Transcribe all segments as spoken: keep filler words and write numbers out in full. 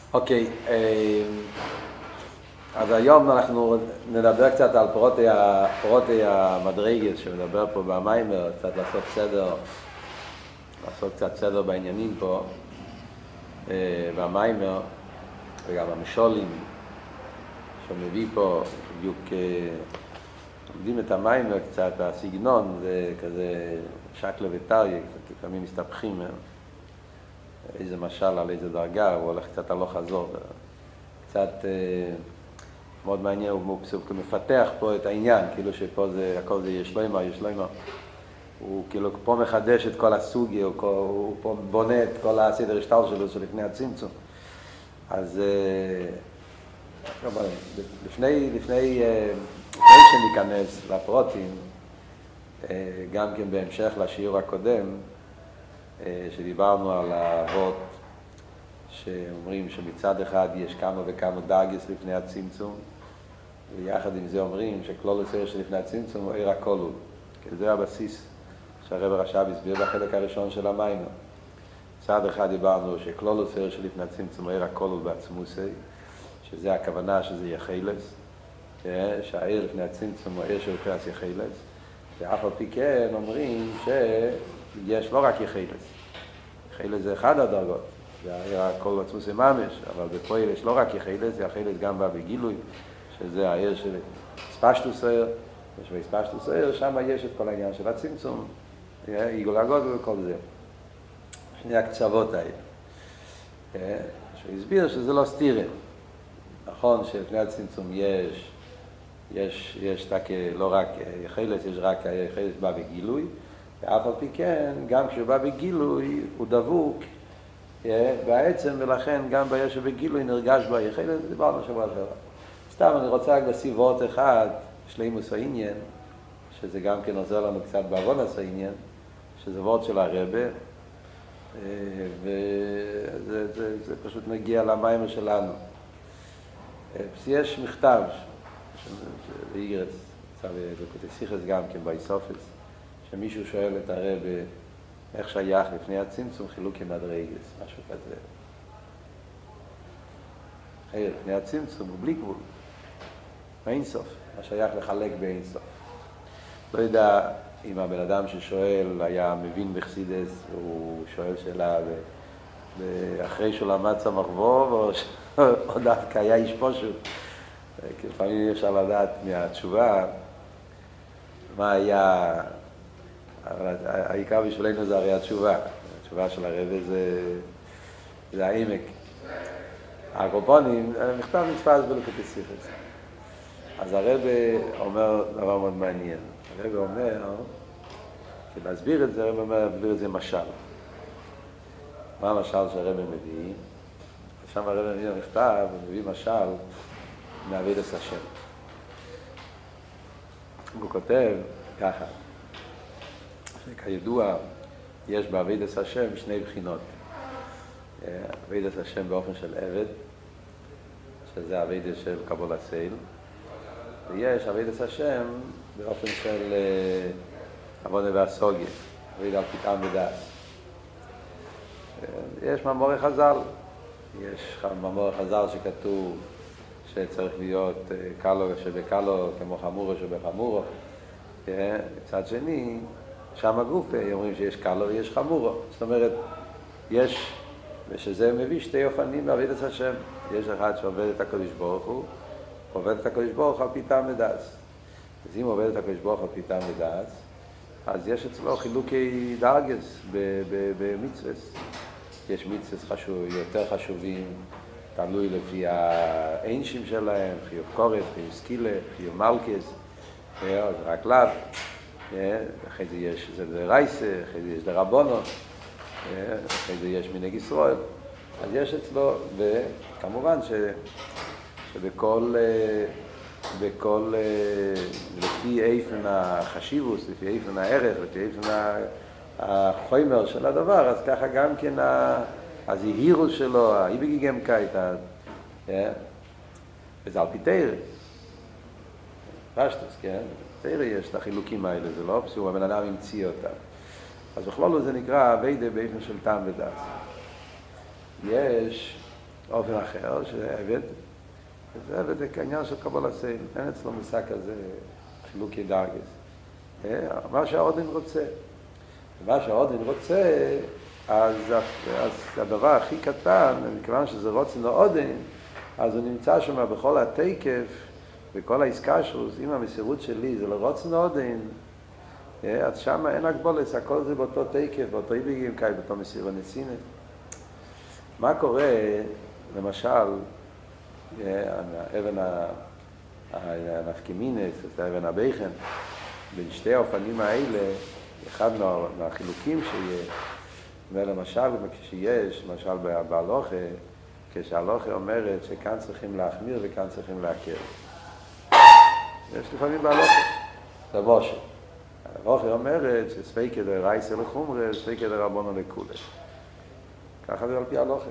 אוקיי, אז היום אנחנו נדבר קצת על פרוטי, פרוטי המדרגס שמדבר פה במיימר, קצת לעשות סדר, לעשות קצת סדר בעניינים פה במיימר, וגם המשולים שמביא פה, בדיוק לומדים את המיימר קצת, הסגנון זה כזה שקלה וטריה, קצת לפעמים מסתבכים איזה משל על איזה דרגה, הוא הולך קצת הלוך חזור, קצת אה, מאוד מעניין, הוא מפתח פה את העניין, כאילו שפה זה, הכל זה יש לו אימא, יש לו אימא. הוא כאילו פה מחדש את כל הסוגיה, הוא, הוא פה בונה את כל הסדר השטל שלו שלפני הצמצום. אז אה, לפני, לפני, אה, לפני שניכנס לפרוטים, אה, גם כן בהמשך לשיעור הקודם, שדיברנו על האבות שאומרים שמצד אחד יש כמה וכמה דרגס לפני הצמצום, ויחד עם זה אומרים שכלול הסדר שלפני הצמצום הוא עיר הכל הוא, כי זה הבסיס שהרב הרש"ב הסביר בחלק הראשון של המיימר. מצד אחד דיברנו שכלול הסדר שלפני הצמצום הוא עיר הכל הוא בעצמוסי, שזה הכוונה שזה יחילס, שהעיר לפני הצמצום הוא עיר של פרס יחילס, ואף על פי כן אומרים ש יש לא רק יחילס, יחילס זה אחד הדרגות, זה הכל עצמוס ממש, אבל בפועל יש לא רק יחילס, יחילס גם בא בגילוי, שזה העיר של ספשטוס העיר, יש בספשטוס העיר, שם יש את כל העניין של הצמצום, עיגול הגודל וכל זה. שני הקצוות האלה. שהוא הסביר שזה לא סתירה. נכון שלפני הצמצום יש, יש, יש תק, לא רק יחילס, יש רק יחילס בא בגילוי, ואף על פי כן, גם כשהוא בא בגילוי, הוא דבוק בעצם, ולכן גם בעיה שבגילוי נרגש בה יחילס, דיברנו שבוע שעבר. סתם אני רוצה רק לשים וורט אחד, שלימוס העניין, שזה גם כן עוזר לנו קצת בעוונס העניין, שזה וורט של הרבה, וזה זה, זה פשוט מגיע למיימר שלנו. יש מכתב, באיגרס, בקוטי סיכס גם כן, באיסופס, שמישהו שואל את הרב איך שייך לפני הצמצום חילוקי מדרגס, משהו כזה. חייר, לפני הצמצום הוא בלי גבול, באינסוף, מה שייך לחלק באינסוף. לא יודע אם הבן אדם ששואל היה מבין בחסידס, הוא שואל שאלה אחרי שהוא למד סמך ווב, או, או דווקא היה איש פשוט. כי לפעמים אפשר לדעת מהתשובה מה היה, אבל העיקר בשבילנו זה הרי התשובה. התשובה של הרב זה, זה העמק. הקופונים, מכתב נתפס בלוקוטי סיכס. אז הרב אומר דבר מאוד מעניין. הרב אומר, כדי להסביר את זה, הרב אומר, להסביר את זה משל. מה המשל שהרב מביא? שם הרב מביא המכתב, הוא מביא משל מעבודת השם. הוא כותב ככה, שכידוע יש בעבודת השם שני בחינות. עבודת השם באופן של עבד, שזה עבודת של קבולת סייל, ויש עבודת השם באופן של עבודה והסוגיה, עבודה על פתאום ודס. יש מאמרי חז"ל, יש מאמרי חז"ל שכתוב שצריך להיות קלו שבקלו כמו חמורו שבחמורו. מצד שני, שם הגופה אומרים שיש קלו ויש חמורו. זאת אומרת, יש, ושזה מביא שתי אופנים בעבודת השם. יש אחד שעובד את הקדוש ברוך הוא, עובד את הקדוש ברוך הוא על פתאום ודס. אז אם עובד את הקדוש ברוך הוא על פתאום ודס, אז יש אצלו חילוקי דרגס במצוות. יש מצוות חשוב, יותר חשובים, תלוי לפי האנשים שלהם, חיוב קורף, חיוב סקילה, חיוב מלכס, זה רק לב, אחרי זה יש זה רייסה, אחרי זה יש דרבונו, אחרי זה יש מנהג ישראל. אז יש אצלו, וכמובן ש, שבכל, בכל, לפי איפן החשיבוס, לפי איפן הערך, לפי איפן החומר של הדבר, אז ככה גם כן הזהירוס שלו, האיבגיגמקייט, וזה על פי תירה. פשטוס, כן? תירה יש את החילוקים האלה, זה לא פסור, הבן אדם המציא אותם. אז בכלול זה נקרא עבודה באופן של טעם ודעת. יש אופן אחר, שעבד, זה עבד זה כעניין של קבול עשה, אין אצלו מושג כזה חילוקי דרגס. מה שהאודן רוצה. מה שהאודן רוצה, אז, אז הדבר הכי קטן, מכיוון שזה רוצן האודן, אז הוא נמצא שם בכל התקף, בכל העסקה שלו, אם המסירות שלי זה לרוצן האודן, אז שם אין הגבולת, הכל זה באותו תקף, באותו איבגים, כאי באותו מסירות נסינה. מה קורה, למשל, האבן הנפקימינס, האבן הבייכן, בין שתי האופנים האלה, אחד מהחילוקים שיש, ולמשל, כשיש, למשל בהלוכה, כשהלוכה אומרת שכאן צריכים להחמיר וכאן צריכים להקל. יש לפעמים בהלוכה, זה בושה. ההלוכה אומרת שספיקה דרייסה לחומרה, ספיקה דרבונו לכולה. ככה זה על פי ההלוכה.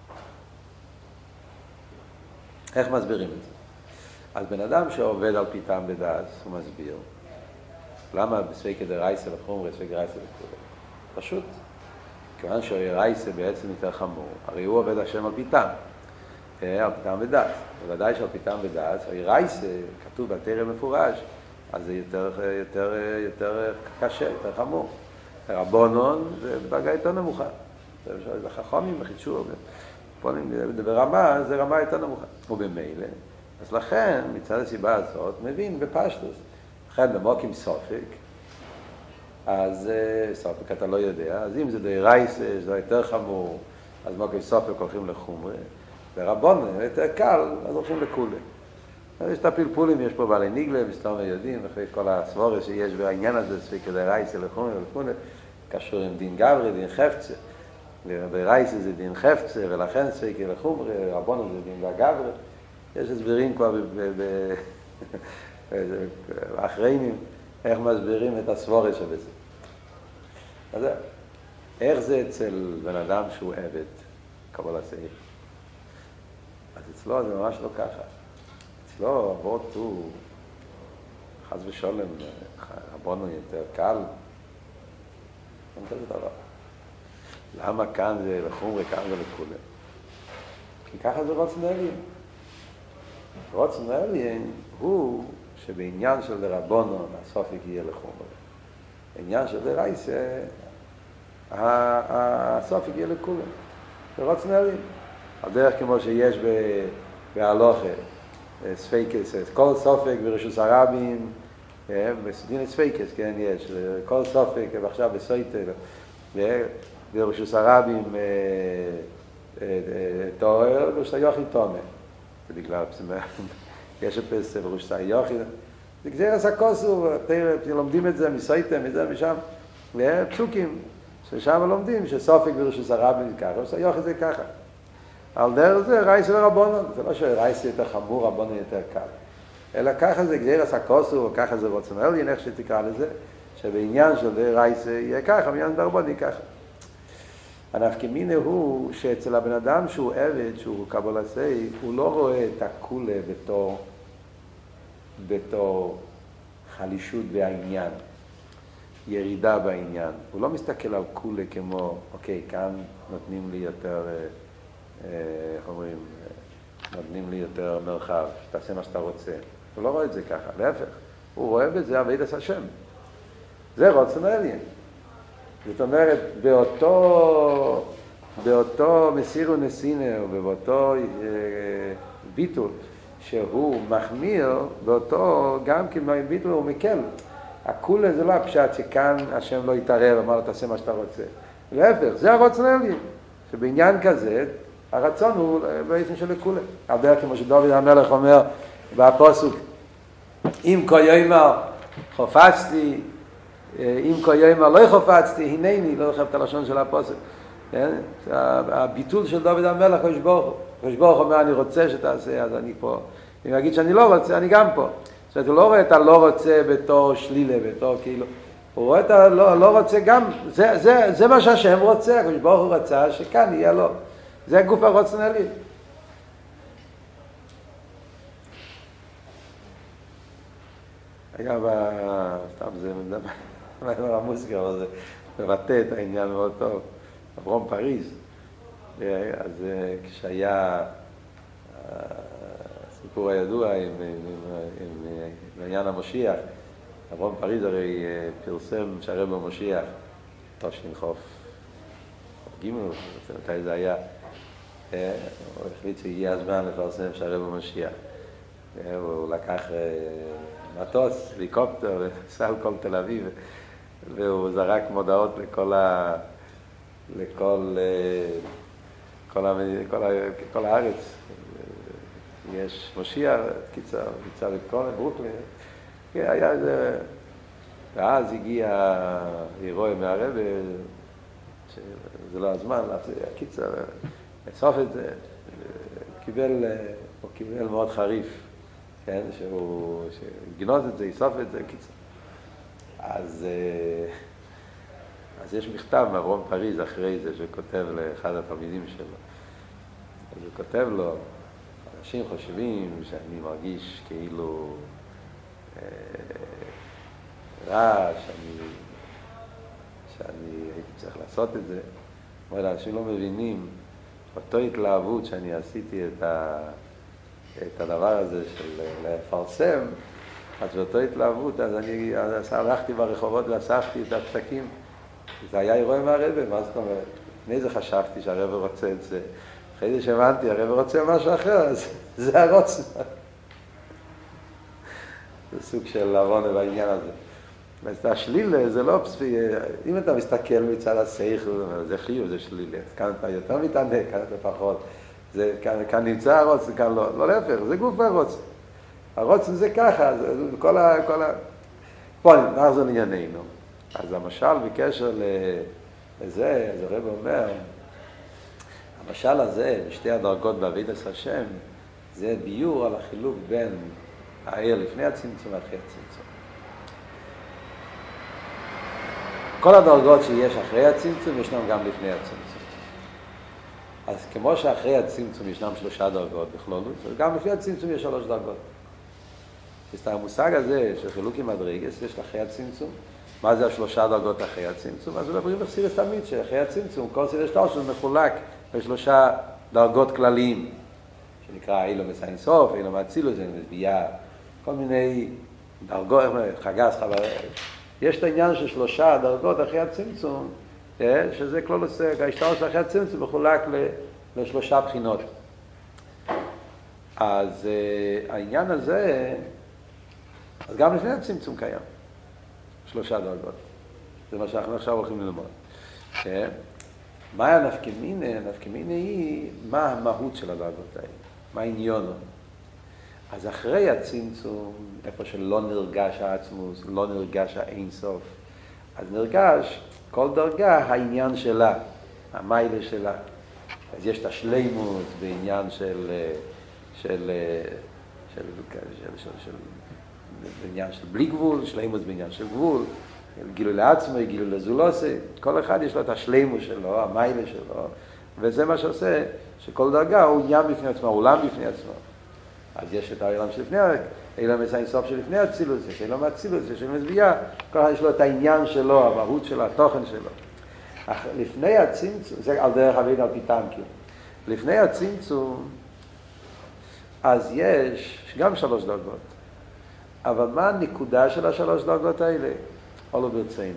איך מסבירים את זה? אז בן אדם שעובד על פי טעם ודעת, הוא מסביר. למה בספיקה דרייסה לחומרה, ספיקה דרייסה לכולה? פשוט. כיוון שהרייסה בעצם יותר חמור, הרי הוא עובד השם על פי טעם. על פי טעם ודעת. בוודאי שעל פי טעם ודעת, הרייסה, כתוב בתרם מפורש, אז זה יותר, יותר, יותר קשה, יותר חמור. רבונון זה בדרגה יותר נמוכה. זה חכמים, בחידשור, ברמה, זה רמה יותר נמוכה. ובמילא, אז לכן, מצד הסיבה הזאת, מבין בפשטוס. לכן במוקים סופק, אז סופק אתה לא יודע, אז אם זה די רייס, זה יותר חמור, אז מוקים סופק הולכים לחומרה, ורבונון יותר קל, אז הולכים לכולה. אז יש את הפלפולים, יש פה בעלי ניגלה, מסתום ויודעים, אחרי כל הסבורה שיש בעניין הזה, ספיקה די רייס לחומרה ולכולה, קשור עם דין גברי, דין חפצה. ברייסה זה דין חפצה, ולכן ספיקה לחומרה, רבונון זה דין גברי. יש הסברים כבר באחריינים, איך מסבירים את הסבורה שבזה. אז איך זה אצל בן אדם שהוא עבד, קבול הסעיף? אז אצלו זה ממש לא ככה. אצלו אבות הוא חס ושולם, רבונון יותר קל. אין כזה דבר. למה כאן זה לחומרה, כאן זה לכולה? כי ככה זה רוצן עליין. רוצן עליין הוא שבעניין של רבונון הסופק יהיה לחומרה. בעניין של רייסה, הסופק יהיה לכולה. זה רוצן עליין. על דרך כמו שיש בהלוכה, ספיקס, כל סופק ברשוס הרבים, בסדין ספיקס, כן, יש, כל סופק, ועכשיו בסויטה, ברשוס הרבים, תואר, ברשוס היוחי תומה. זה בגלל, יש פס ברשוס היוחי, זה גזירס הכוסו, לומדים את זה מסויטה, מזה, משם, פסוקים, ששם לומדים שסופק ברשוס הרבים ככה, ברשוס היוחי זה ככה. על דרך זה רייס ורבונון, זה לא שרייס יותר חמור, רבונון יותר קל. אלא ככה זה גזירס הכוסו, או ככה זה רוצן עליין, איך שתקרא לזה, שבעניין של רייס יהיה ככה, בעניין ברבון יהיה ככה. הנפקמינה הוא שאצל הבן אדם שהוא עבד, שהוא קבול עשה, הוא לא רואה את הכולה בתור, בתור חלישות בעניין, ירידה בעניין. הוא לא מסתכל על כולה כמו, אוקיי, כאן נותנים לי יותר, איך אומרים, נותנים לי יותר מרחב, תעשה מה שאתה רוצה. הוא לא רואה את זה ככה, להפך. הוא רואה בזה עבודת השם. זה רוצן עליין. זאת אומרת, באותו, באותו מסירו נסינה, ובאותו אה, ביטול, שהוא מחמיר, באותו, גם כמו ביטול הוא מקל. הכולה זה לא הפשט שכאן השם לא יתערב, אמר לו, תעשה מה שאתה רוצה. להפך, זה הרוצן עליין. שבעניין כזה, הרצון הוא בעצם של הכולה. על דרך כמו שדוד המלך אומר בפסוק, אם כה יאמר חפצתי, אם כה יאמר לא חפצתי, הנני, לא זוכר את הלשון של הפסוק. הביטול של דוד המלך, הקדוש ברוך הוא. הקדוש ברוך הוא אומר, אני רוצה שתעשה, אז אני פה. אם יגיד שאני לא רוצה, אני גם פה. זאת אומרת, הוא לא רואה את הלא רוצה בתור שלילה, בתור כאילו. הוא רואה את הלא לא רוצה גם, זה, זה, זה מה שהשם רוצה, הקדוש ברוך הוא רצה שכאן יהיה לו. זה גוף הרוצן עליין. היה סתם זה מדבר, המוזיקה, אבל זה מבטא את העניין מאוד טוב. אברום פריז, אז כשהיה הסיפור הידוע עם, עם, עם, עם עניין המשיח, אברהם פריז הרי פרסם שהרב המשיח, תש"ח ג' מתי זה היה, הוא החליט שהגיע הזמן לפרסם שהרב המשיח. הוא לקח מטוס, הליקופטר, ונסע על כל תל אביב, והוא זרק מודעות לכל ה... לכל... כל, המד... כל, ה... כל הארץ. יש משיח, קיצר, קיצר את כל ברוקלין. היה איזה... ואז הגיע הירואי מהרבא, שזה לא הזמן, קיצר, לסוף את זה, קיבל, הוא קיבל מאוד חריף, כן, שהוא, שגנוז את זה, יסוף את זה, קיצר. אז, אז יש מכתב מאברהם פריז אחרי זה, שכותב לאחד התלמידים שלו. אז הוא כותב לו, אנשים חושבים שאני מרגיש כאילו אה, רע, שאני, שאני הייתי צריך לעשות את זה. אבל אנשים לא מבינים, אותו התלהבות שאני עשיתי את, ה, את הדבר הזה של לפרסם, אז באותו התלהבות, אז אני אז הלכתי ברחובות ואספתי את הפסקים. זה היה אירוע מהרבא, מה זאת אומרת? לפני זה חשבתי שהרבא רוצה את זה. אחרי זה שהבנתי, הרבא רוצה משהו אחר, אז זה הרוצן. זה סוג של עוונה בעניין הזה. אז השלילה זה לא פספי, אם אתה מסתכל מצד השכל, זה חיוב, זה שלילה. כאן אתה יותר מתענק, כאן אתה פחות. זה, כאן, כאן נמצא הרוצן, כאן לא, לא להפך, זה גוף הרוצן. הרוצן זה ככה, זה כל ה... כל ה... בוא, נחזור לענייננו. אז המשל בקשר לזה, אז הרב אומר, המשל הזה, בשתי הדרגות בעבודת השם, זה ביור על החילוק בין העיר לפני הצמצום ואחרי הצמצום. כל הדרגות שיש אחרי הצמצום, ישנם גם לפני הצמצום. אז כמו שאחרי הצמצום ישנם שלושה דרגות בכללות, גם לפני הצמצום יש שלוש דרגות. אז המושג הזה של חילוק עם מדרגס, יש אחרי הצמצום. מה זה השלושה דרגות אחרי הצמצום? אז מדברים בחסידות תמיד שאחרי הצמצום, כל סדר שטר מחולק בשלושה דרגות כלליים, שנקרא אילום אין סוף, אילום אצילוס, אילום ביאה, כל מיני דרגות, חגס, חבר... יש את העניין של שלושה דרגות אחרי הצמצום, שזה כלל עושה, ההשתר של אחרי הצמצום מחולק לשלושה בחינות. אז העניין הזה, אז גם לפני הצמצום קיים. שלושה דרגות. זה מה שאנחנו עכשיו הולכים ללמוד. כן? מה הנפקמינה? הנפקמינה היא מה המהות של הדרגות האלה. מה העניון? אז אחרי הצמצום, איפה שלא נרגש העצמוס, לא נרגש האינסוף, אז נרגש כל דרגה העניין שלה, המיילה שלה. אז יש את השלימות בעניין של, של, של, של, של, של, של בעניין של בלי גבול, שלימות בעניין של גבול, גילו לעצמו, גילו לזולוסי, כל אחד יש לו את השלימות שלו, המיילה שלו, וזה מה שעושה שכל דרגה הוא עניין בפני עצמו, עולם בפני עצמו. אז יש את העולם שלפני, אילם אינסוף שלפני הצילוס, יש אילם הצילוס, יש אילם מזביעה, כל אחד יש לו את העניין שלו, המהות שלו, התוכן שלו. לפני הצמצום, זה על דרך אבינו על פיתנקים, לפני הצמצום, אז יש גם שלוש דרגות. אבל מה הנקודה של השלוש דרגות האלה? עולו ברצינו.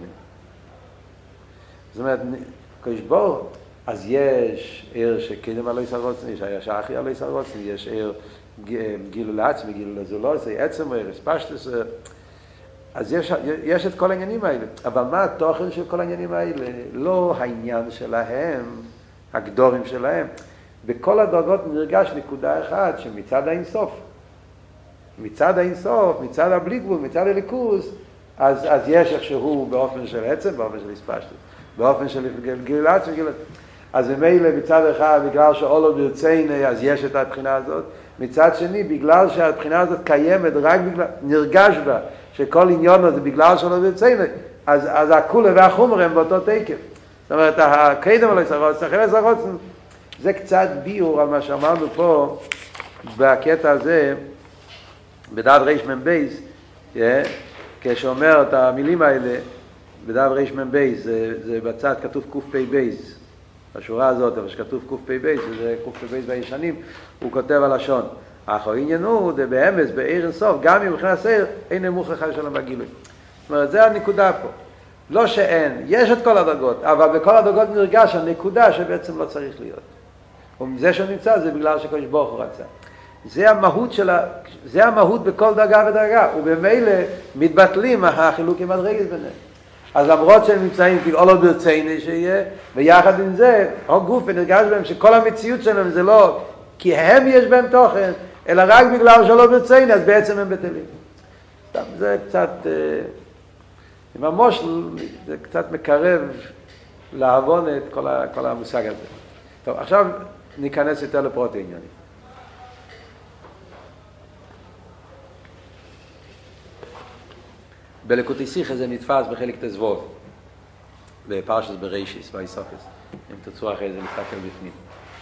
זאת אומרת, כשבור, אז יש עיר שקדם עלי סרוצן, יש עיר שאחי עלי סרוצן, יש עיר גילו לעצמי, גילו לזולוסי, עצם עיר, הספשטוס, אז יש, יש את כל העניינים האלה. אבל מה התוכן של כל העניינים האלה? לא העניין שלהם, הגדורים שלהם. בכל הדרגות נרגש נקודה אחת שמצד האינסוף, מצד האינסוף, מצד הבלי גבול, מצד הליכוז, אז, אז יש איכשהו באופן של עצם, באופן של הספשטות, באופן של גילת, גילת. אז ממילא מצד אחד, בגלל שאולו ברצינו, אז יש את הבחינה הזאת. מצד שני, בגלל שהבחינה הזאת קיימת, רק בגלל, נרגש בה, שכל עניון זה בגלל שאולו ברצינו, אז, אז הכולה והחומר הם באותו תקף. זאת אומרת, הקדם עלי סרוץ, אחרי סרוץ, זה קצת ביור על מה שאמרנו פה, בקטע הזה, בדעת ריש ממבייס, כשאומר את המילים האלה, בדעת ריש ממבייס, זה, זה בצד כתוב קוף פי בייס, בשורה הזאת, אבל שכתוב קפ"ב, שזה קפ"ב בישנים, הוא כותב הלשון. אך העניין הוא, זה באמס, בעיר אינסוף, גם אם מבחינת סעיר, אין נמוך לך שלום בגילוי. זאת אומרת, זה הנקודה פה. לא שאין, יש את כל הדרגות, אבל בכל הדרגות נרגש הנקודה שבעצם לא צריך להיות. וזה שהוא נמצא זה בגלל שקדוש ברוך הוא רצה. זה המהות של ה... זה המהות בכל דרגה ודרגה, ובמילא מתבטלים החילוקים מדרגות ביניהם. אז למרות שהם נמצאים כאילו לא ברציני שיהיה, ויחד עם זה, או גוף ונרגש בהם שכל המציאות שלהם זה לא כי הם יש בהם תוכן, אלא רק בגלל שלא ברציני, אז בעצם הם בטלים. זה קצת... ממש זה קצת מקרב להבון את כל, ה, כל המושג הזה. טוב, עכשיו ניכנס יותר לפרוט העניינים. בליקוטי שיחה זה נתפס בחלק תזבוב, בפרשת בראשיס, באיסופס. אם תרצו אחרי זה נסתכל בפנים.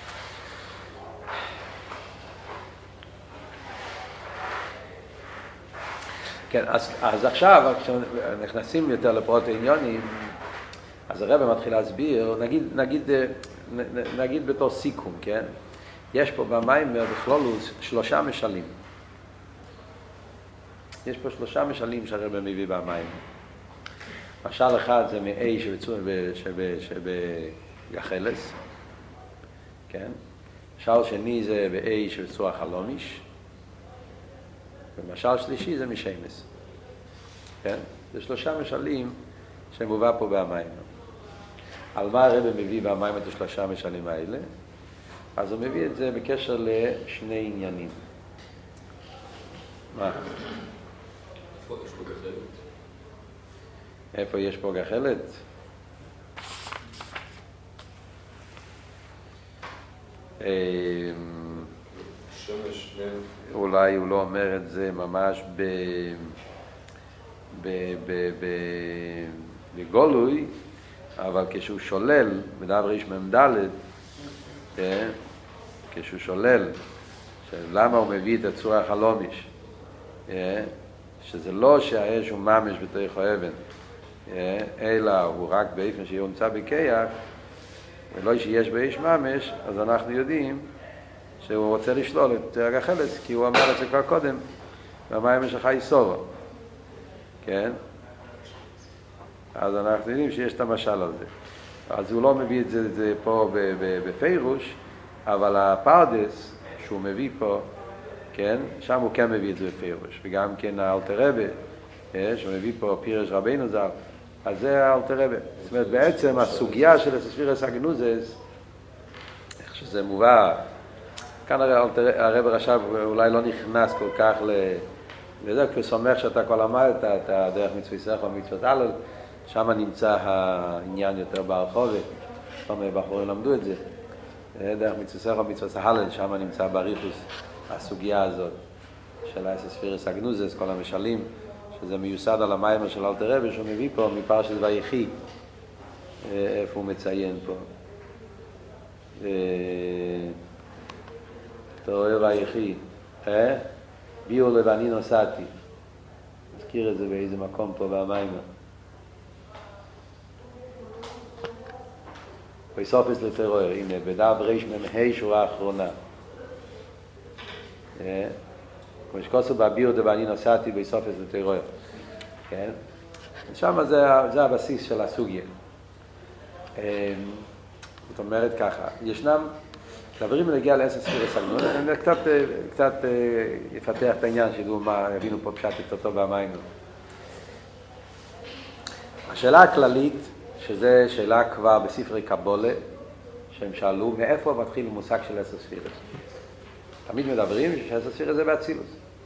כן, אז, אז עכשיו, כשנכנסים יותר לפרוט העניונים, אז הרב מתחיל להסביר, נגיד, נגיד, נגיד בתור סיכום, כן? יש פה במיימר בכלולוס שלושה משלים. יש פה שלושה משלים שהרב מביא במיימר. משל אחד זה מאי שבגחלס, כן? משל שני זה באי שבצורה חלומיש, ומשל שלישי זה משמש. כן? זה שלושה משלים שמובא פה במיימר. על מה הרב מביא במיימר את השלושה משלים האלה? אז הוא מביא את זה בקשר לשני עניינים. מה? איפה יש פה גחלת? אולי הוא לא אומר את זה ממש ב... ב... ב... ב... בגולוי, אבל כשהוא שולל, בדף ריש מ"ד, כשהוא שולל, למה הוא מביא את הצורה החלומיש, שזה לא שהאש הוא ממש בתוך האבן, אלא הוא רק באופן שהוא נמצא בקייח, ולא שיש באש ממש, אז אנחנו יודעים שהוא רוצה לשלול את הגחלת, כי הוא אמר את זה כבר קודם, במים שלך איסורו. כן? אז אנחנו יודעים שיש את המשל על זה. אז הוא לא מביא את זה, זה פה בפירוש, אבל הפרדס שהוא מביא פה, כן? שם הוא כן מביא את זה בפירוש. וגם כן האלתר רבי, שהוא מביא פה פירש רבינו ז"ל, אז זה האלתר רבי. זאת אומרת, בעצם הסוגיה של הספירס הגנוזס, איך שזה מובא, כאן הרב רש"ב אולי לא נכנס כל כך לזה, כי הוא סומך שאתה כל למדת את הדרך מצוות סך או מצוות הלל, שם נמצא העניין יותר בהרחובת, זאת אומרת, בחורים למדו את זה, דרך מצוות סך או מצוות הלל, שם נמצא בריחוס הסוגיה הזאת של הספירס הגנוזס, כל המשלים, שזה מיוסד על המיימר של אלתר רבי, שהוא מביא פה מפרשת ויחי, איפה הוא מציין פה. אתה רואה ויחי, אה? ביור לבני נוסעתי. נזכיר את זה באיזה מקום פה במיימר. בסופס לטרור, הנה, בדף ריש מ"ה שורה האחרונה. כמו שקוסו בביור לבני נוסעתי בסופס לטרור. כן? ושם זה, זה הבסיס של הסוגיה. זאת אומרת ככה, ישנם דברים להגיע לעשר ספירס הגנוזס, אני קצת, קצת יפתח את העניין שידעו מה, הבינו פה פשט את אותו במים. השאלה הכללית, שזה שאלה כבר בספרי קבולה, שהם שאלו מאיפה מתחיל המושג של עשר ספירס. תמיד מדברים שעשר ספירס זה באצילוס.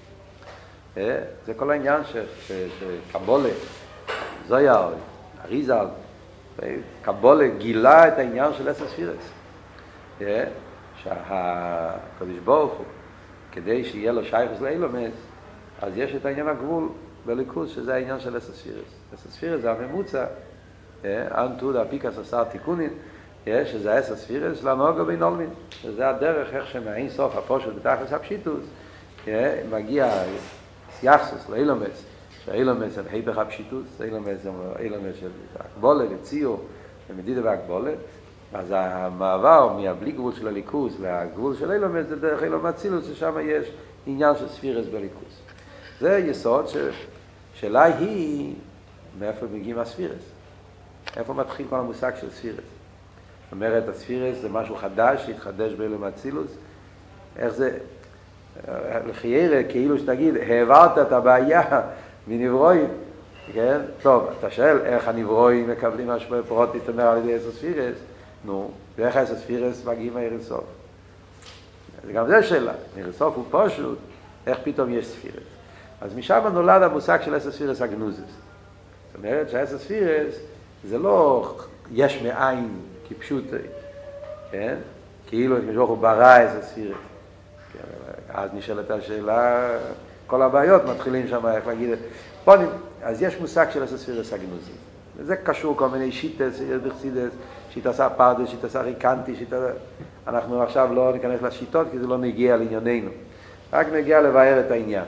זה כל העניין שקבולה, זויר, אריזל, קבולה גילה את העניין של עשר ספירס. שהקדוש ברוך הוא, כדי שיהיה לו שייכות לאילומס, אז יש את העניין הגבול בליכוז, שזה העניין של עשר ספירס. עשר ספירס זה הממוצע, אנטוד אפיקס עשר תיקונים, שזה עשר ספירס לנוגע בין עולמין. וזה הדרך איך שמאין סוף הפושט בתכלס הפשיטוס, מגיע יחסוס לאילומס, שהאילומס הם היפך הפשיטוס, האילומס הם אילומס של הקבולה וציור ומדידה והקבולה, אז המעבר מהבלי גבול של הליכוס לגבול של אילומס זה דרך אילום אצילוס, ששם יש עניין של ספירס בליכוס. זה יסוד ש... שאלה היא מאיפה מגיעים הספירס. איפה מתחיל כל המושג של ספירס. זאת אומרת, הספירס זה משהו חדש שהתחדש באילום אצילוס. איך זה... לחיירה, כאילו שתגיד, העברת את הבעיה מנברואים, כן? טוב, אתה שואל איך הנברואים מקבלים משהו פרוטי, אתה אומר על ידי עשר ספירס, נו, ואיך עשר ספירס מגיעים מהירסוף? גם זה שאלה, הירסוף הוא פשוט, איך פתאום יש ספירס? אז משם נולד המושג של עשר ספירס הגנוזס. זאת אומרת שהעשר ספירס זה לא יש מאין כפשוט, כן? כאילו כשברוך הוא ברא עשר ספירס. אז נשאלת השאלה, כל הבעיות מתחילים שם, איך להגיד, בוא, אז יש מושג של עשר ספירס הגנוזים. וזה קשור כל מיני שיטס, בחסידס, שיטסה פרדס, שיטסה ריקנטי, שיטה... אנחנו עכשיו לא ניכנס לשיטות, כי זה לא נגיע לענייננו. רק נגיע לבאר את העניין.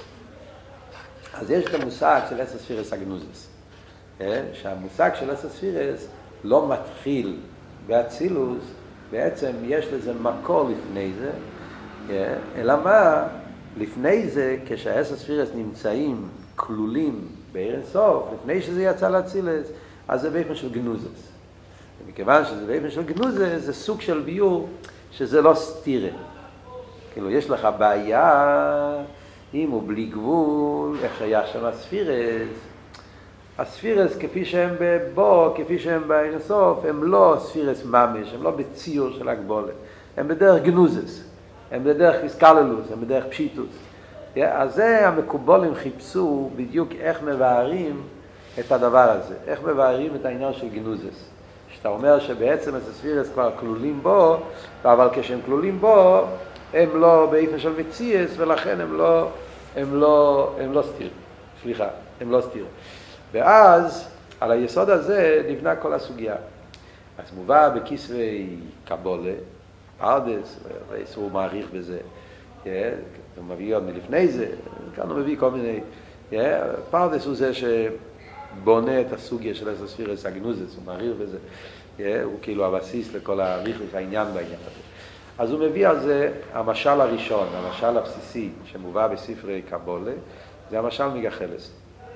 אז יש את המושג של עשר ספירס הגנוזס. שהמושג של עשר ספירס לא מתחיל באצילוס, בעצם יש לזה מקור לפני זה, אלא מה? לפני זה, כשהעשר ספירס נמצאים כלולים בעיר סוף, לפני שזה יצא לאצילס, אז זה באופן של גנוזס. ומכיוון שזה באופן של גנוזס, זה סוג של ביור שזה לא סתירה. כאילו, יש לך בעיה, אם הוא בלי גבול, איך שהיה שם הספירס, הספירס כפי שהם בו, כפי שהם בעיר סוף, הם לא ספירס ממש, הם לא בציור של הגבולת, הם בדרך גנוזס. הם בדרך איסקללוס, הם בדרך פשיטוס. אז זה המקובולים חיפשו בדיוק איך מבארים את הדבר הזה. איך מבארים את העניין של גנוזס. שאתה אומר שבעצם הספירס כבר כלולים בו, אבל כשהם כלולים בו, הם לא באיפה של מציאס, ולכן הם לא, הם לא, הם לא סתיר. סליחה, הם לא סתיר. ואז, על היסוד הזה נבנה כל הסוגיה. אז מובא בכיסוי קבולה, פרדס, הוא מעריך בזה, הוא מביא עוד מלפני זה, כאן הוא מביא כל מיני, פרדס הוא זה שבונה את הסוגיה של עשר ספירס הגנוזס, הוא מעריך בזה, הוא כאילו הבסיס לכל העריכות העניין בעניין הזה. אז הוא מביא על זה המשל הראשון, המשל הבסיסי שמובא בספרי קבולה, זה המשל מגחלס.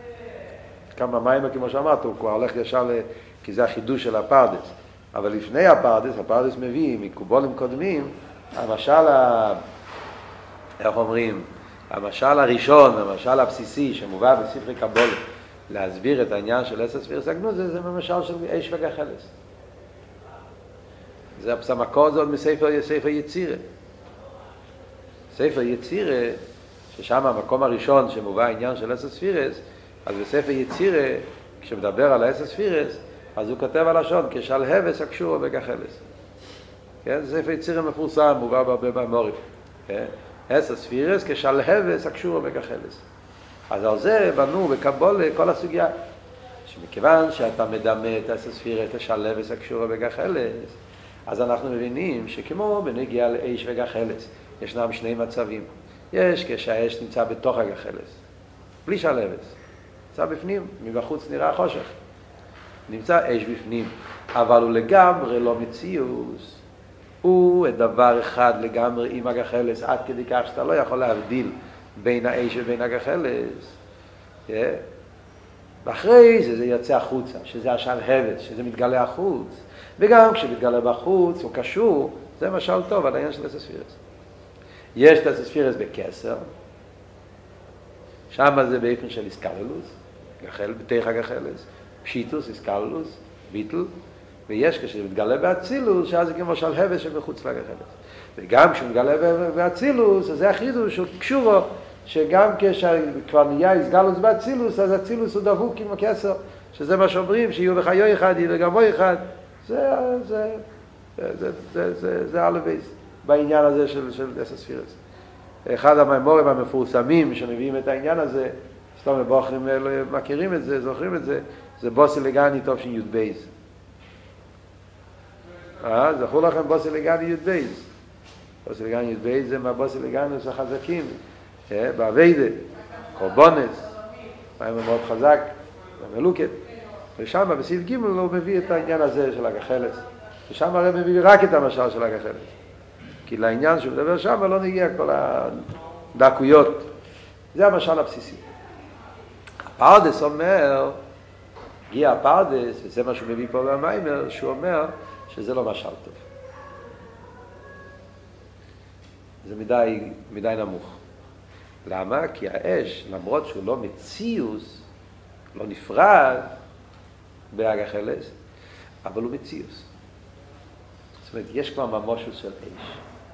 כמה מים, כמו שאמרת, הוא כבר הולך ישר, כי זה החידוש של הפרדס. אבל לפני הפרדס, הפרדס מביא מקובולים קודמים, המשל, ה... איך אומרים, המשל הראשון, המשל הבסיסי שמובא בספרי קבולה, להסביר את העניין של עשר ספירס הגנוזס, זה המשל של אש וגחלס. זה המקור זה עוד מספר ספר יצירה. ספר יצירה, ששם המקום הראשון שמובא העניין של עשר ספירס, אז בספר יצירה, כשמדבר על עשר ספירס, אז הוא כותב על השון, כשלהבס הקשור בגחלס. כן? זה ספר יצירה מפורסם, מובא בהרבה במורים. כן? עשר ספירס, כשלהבס הקשור בגחלס. אז על זה בנו בקבולה כל הסוגיה. שמכיוון שאתה מדמה את עשר ספירס, כשלהבס הקשור בגחלס, אז אנחנו מבינים שכמו בנגיע לאש וגחלס, ישנם שני מצבים. יש כשהאש נמצא בתוך הגחלס, בלי שלהבס. נמצא בפנים, מבחוץ נראה חושך. נמצא אש בפנים, אבל הוא לגמרי לא מציאוס. הוא דבר אחד לגמרי עם הגחלס, עד כדי כך שאתה לא יכול להבדיל בין האש ובין הגחלס. Yeah. ואחרי זה זה יוצא החוצה, שזה השלהבת, שזה מתגלה החוץ. וגם כשמתגלה בחוץ, הוא קשור, זה משל טוב על העניין של עשר ספירס. יש את עשר ספירס בקסר, שם זה באופן של איסקללוס, גחל, בתוך הגחלס, פשיטוס, איסקללוס, ביטל, ויש כשמתגלה באצילוס, שאז זה כמו שלהבת שמחוץ לגחלס. וגם כשמתגלה באצילוס, אז זה החידוש, הוא קשורו, שגם כשכבר נהיה איסקללוס באצילוס, אז אצילוס הוא דבוק עם הקסר, שזה מה שאומרים, שיהיו בחיו אחד, יהיו לגמו אחד, זה, זה, זה, זה, זה, זה, זה אלוויז, בעניין הזה של, של עשר ספירס. אחד המאמורים המפורסמים שמביאים את העניין הזה, סתם מבוחרים מכירים את זה, זוכרים את זה, זה בוסי לגני טוב של י' בייז. אה, זכו לכם בוסי לגני י' בייז. בוסי לגני י' בייז זה מהבוסי לגני החזקים, בעבדה, קורבונס, מה מאוד חזק, במלוקת. ושם בסעיף ג' הוא מביא את העניין הזה של הגחלס. ושם הרב מביא רק את המשל של הגחלת. כי לעניין שהוא מדבר שם לא נגיע כל הדקויות. זה המשל הבסיסי. הפרדס אומר, הגיע הפרדס, וזה מה שהוא מביא פה במיימר, שהוא אומר שזה לא משל טוב. זה מדי, מדי נמוך. למה? כי האש, למרות שהוא לא מציאוס, לא נפרד בהגחלת, אבל הוא מציאוס. זאת אומרת, יש כבר ממושות של אש.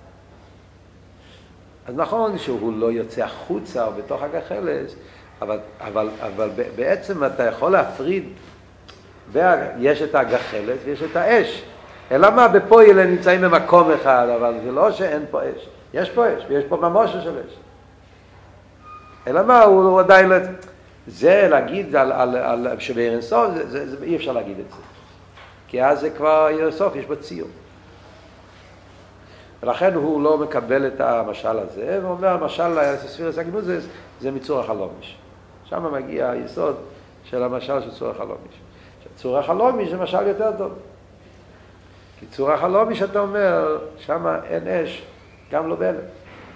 אז נכון שהוא לא יוצא החוצה או בתוך הגחלת, אבל, אבל, אבל בעצם אתה יכול להפריד, יש את הגחלת ויש את האש. אלא מה? בפועל הם נמצאים במקום אחד, אבל זה לא שאין פה אש. יש פה אש, ויש פה ממושות של אש. אלא מה? הוא, הוא עדיין לא... זה להגיד על, על, על, שבאין סוף, זה, זה, זה, אי אפשר להגיד את זה. כי אז זה כבר אין סוף, יש בו ציור. ולכן הוא לא מקבל את המשל הזה, ואומר, המשל ספירס הגנוזס זה מצור החלומיש. שם מגיע היסוד של המשל של צור החלומיש. צור החלומיש זה משל יותר טוב. כי צור החלומיש, אתה אומר, שם אין אש, גם לא בהלם.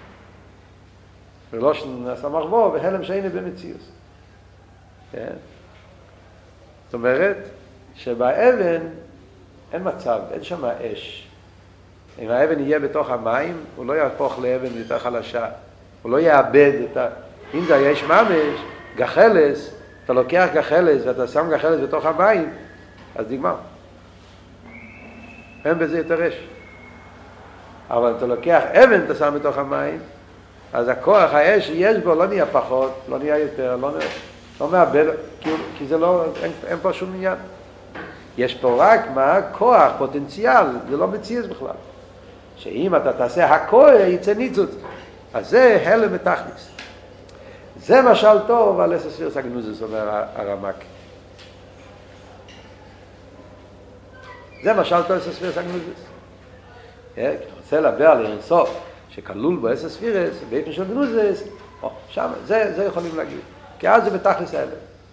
ולא שנעשה מחבוא, והלם שאיני במציאוס. כן? זאת אומרת, שבאבן אין מצב, אין שם אש. אם האבן יהיה בתוך המים, הוא לא יהפוך לאבן יותר חלשה. הוא לא יאבד את ה... אם זה יש ממש, גחלס, אתה לוקח גחלס ואתה שם גחלס בתוך המים, אז נגמר. אין בזה יותר אש. אבל אתה לוקח אבן, אתה שם בתוך המים, אז הכוח, האש שיש בו לא נהיה פחות, לא נהיה יותר, לא, נהיה, לא מאבד, כי, כי זה לא, אין, אין פה שום עניין. יש פה רק מה? כוח, פוטנציאל, זה לא מציאס בכלל. שאם אתה תעשה הכל, יצא ניצוץ. אז זה הלם ותכליס. זה משל טוב על אסס ספירס הגנוזס, אומר הרמק. זה משל טוב על אסס ספירס הגנוזס. כשאתה רוצה לדבר על אינסוף, שכלול בו אסס ספירס, באופן של גנוזס, שם, זה, זה יכולים להגיד. כי אז זה בתכליס ההלם.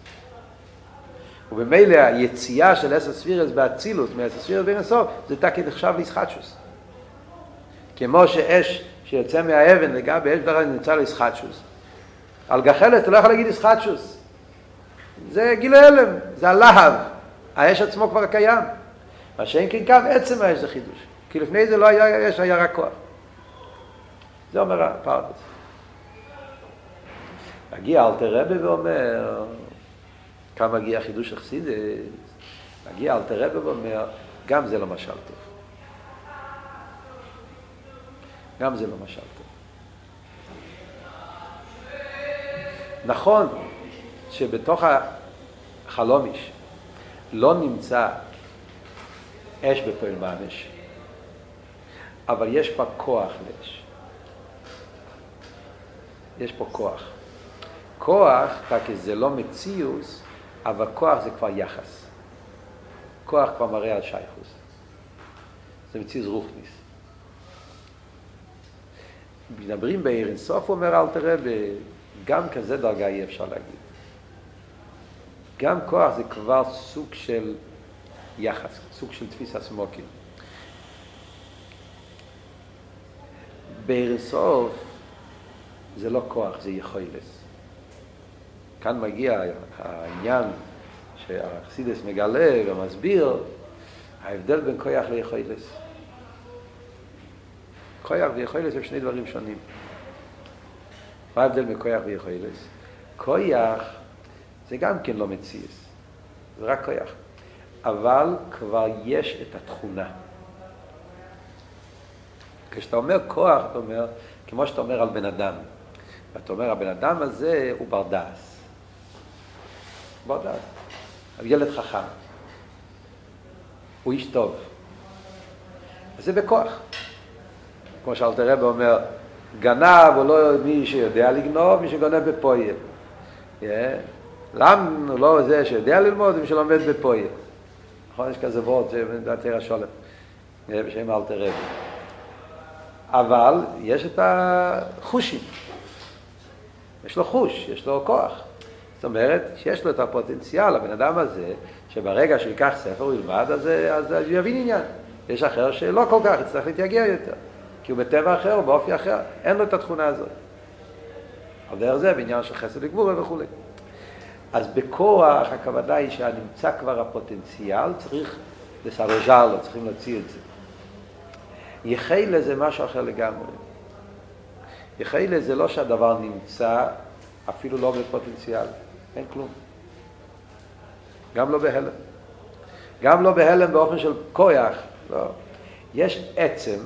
ובמילא היציאה של אסס ספירס באצילות, מאסס ספירס באינסוף, זה תקד עכשיו לישחטשוס. כמו שאש שיוצא מהאבן לגבי אש דרך נמצא לישחטשוס. על גחלת אתה לא יכול להגיד לישחטשוס. זה גיל ההלם, זה הלהב. האש עצמו כבר קיים. מה שאין כן כאן, עצם האש זה חידוש. כי לפני זה לא היה אש, היה רק כוח. זה אומר הפרדס. מגיע אלתר רבי ואומר, כאן מגיע חידוש החסידס, מגיע אלתר רבי ואומר, גם זה לא משל טוב. גם זה לא משל טוב. נכון שבתוך החלומיש לא נמצא אש בפועל ממש, אבל יש פה כוח לאש. יש פה כוח. כוח, כי זה לא מציאוס, אבל כוח זה כבר יחס. כוח כבר מראה על שייכוס. זה מציאוס רוחניס. מדברים באר אין סוף, אומר אלתר רבי, גם כזה דרגה אי אפשר להגיד. גם כוח זה כבר סוג של יחס, סוג של תפיס הסמוקים. באר אין סוף זה לא כוח, זה יכולס. כאן מגיע העניין שהחסידס מגלה ומסביר, ההבדל בין כוח ליכולס. כוח ויכולס הם שני דברים שונים. מה ההבדל מכוח ויכולס? כוח זה גם כן לא מציאס, זה רק כוח. אבל כבר יש את התכונה. כשאתה אומר כוח, אתה אומר, כמו שאתה אומר על בן אדם. ואתה אומר, הבן אדם הזה הוא בר דעת. בר דעת. הוא ילד חכם. הוא איש טוב. אז זה בכוח. כמו שאלתר רבי אומר, גנב הוא לא מי שיודע לגנוב, מי שגונב בפועל. למה הוא לא זה שיודע ללמוד, מי שלומד בפועל. נכון, יש כזה וורד, זה דעתר השולם, בשם אלתר רבי. אבל יש את החושים. יש לו חוש, יש לו כוח. זאת אומרת, שיש לו את הפוטנציאל, הבן אדם הזה, שברגע שהוא ייקח ספר, הוא ילמד, אז, אז הוא יבין עניין. יש אחר שלא כל כך יצטרך להתייגע יותר, כי הוא בטבע אחר או באופי אחר, אין לו את התכונה הזאת. על דרך זה בעניין של חסד וגבורה וכו'. אז בכוח הכוונה היא שהנמצא כבר הפוטנציאל, צריך לסרז'ר לו, צריכים להוציא את זה. יחיילה זה משהו אחר לגמרי. יחיילה זה לא שהדבר נמצא, אפילו לא בפוטנציאל, אין כלום. גם לא בהלם. גם לא בהלם באופן של כוח, לא. יש עצם,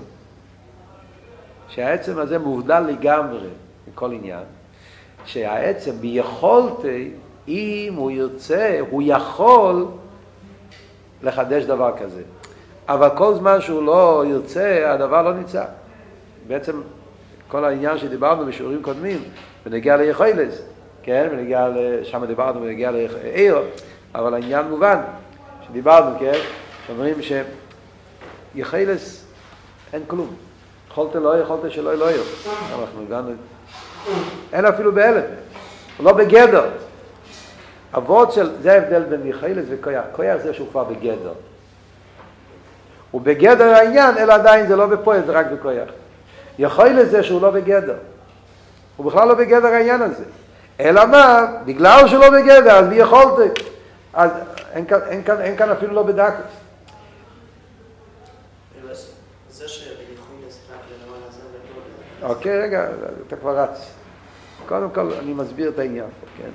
שהעצם הזה מובדל לגמרי מכל עניין, שהעצם ביכולתי, אם הוא ירצה, הוא יכול לחדש דבר כזה. אבל כל זמן שהוא לא ירצה, הדבר לא נמצא. בעצם כל העניין שדיברנו בשיעורים קודמים, ונגיע ליכולת, כן? ונגיע, שם דיברנו ונגיע לעיר, אבל העניין מובן, שדיברנו, כן? שאומרים שיכולת אין כלום. יכולת לא, יכולת שלא, לא יהיה. אנחנו הגענו, אין אפילו בהלם, לא בגדר. אבות של, זה ההבדל בין יכולת וכויח. כויח זה שהוא כבר בגדר. הוא בגדר העניין, אלא עדיין זה לא בפועל, זה רק בכויח. יכולת זה שהוא לא בגדר. הוא בכלל לא בגדר העניין הזה. אלא מה? בגלל שהוא לא בגדר, אז ביכולת. אז אין כאן, אין כאן, אין כאן אפילו לא בדקות. זה שיכולת רק לנמל הזה ולא... אוקיי, רגע, אתה כבר רץ. קודם כל אני מסביר את העניין פה, כן?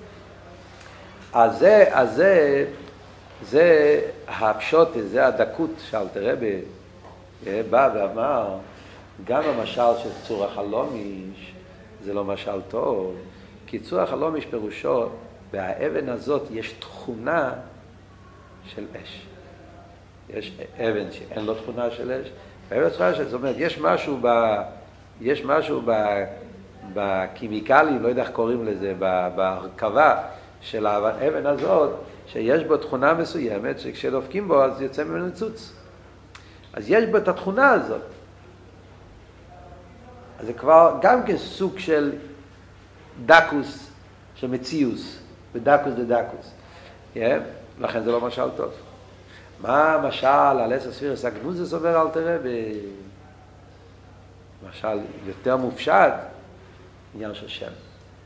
אז זה, אז זה, זה הפשוט, זה הדקות שאלתר רבי בא ואמר, גם המשל של צור החלומיש זה לא משל טוב, כי צור החלומיש פירושו, באבן הזאת יש תכונה של אש. יש אבן שאין לו תכונה של אש, באבן תכונה של אש, זאת אומרת, יש משהו ב... יש משהו ב... בקימיקלים, לא יודע איך קוראים לזה, בהרכבה של האבן הזאת, שיש בו תכונה מסוימת, שכשדופקים בו אז יוצא ממנו ניצוץ. אז יש בו את התכונה הזאת. אז זה כבר גם כן סוג של דקוס, של מציאוס, ודקוס דדקוס. Yeah? לכן זה לא משל טוב. מה המשל על עשר ספירס הגנוזס אומר אלתר רבי? משל יותר מופשט, עניין של שם.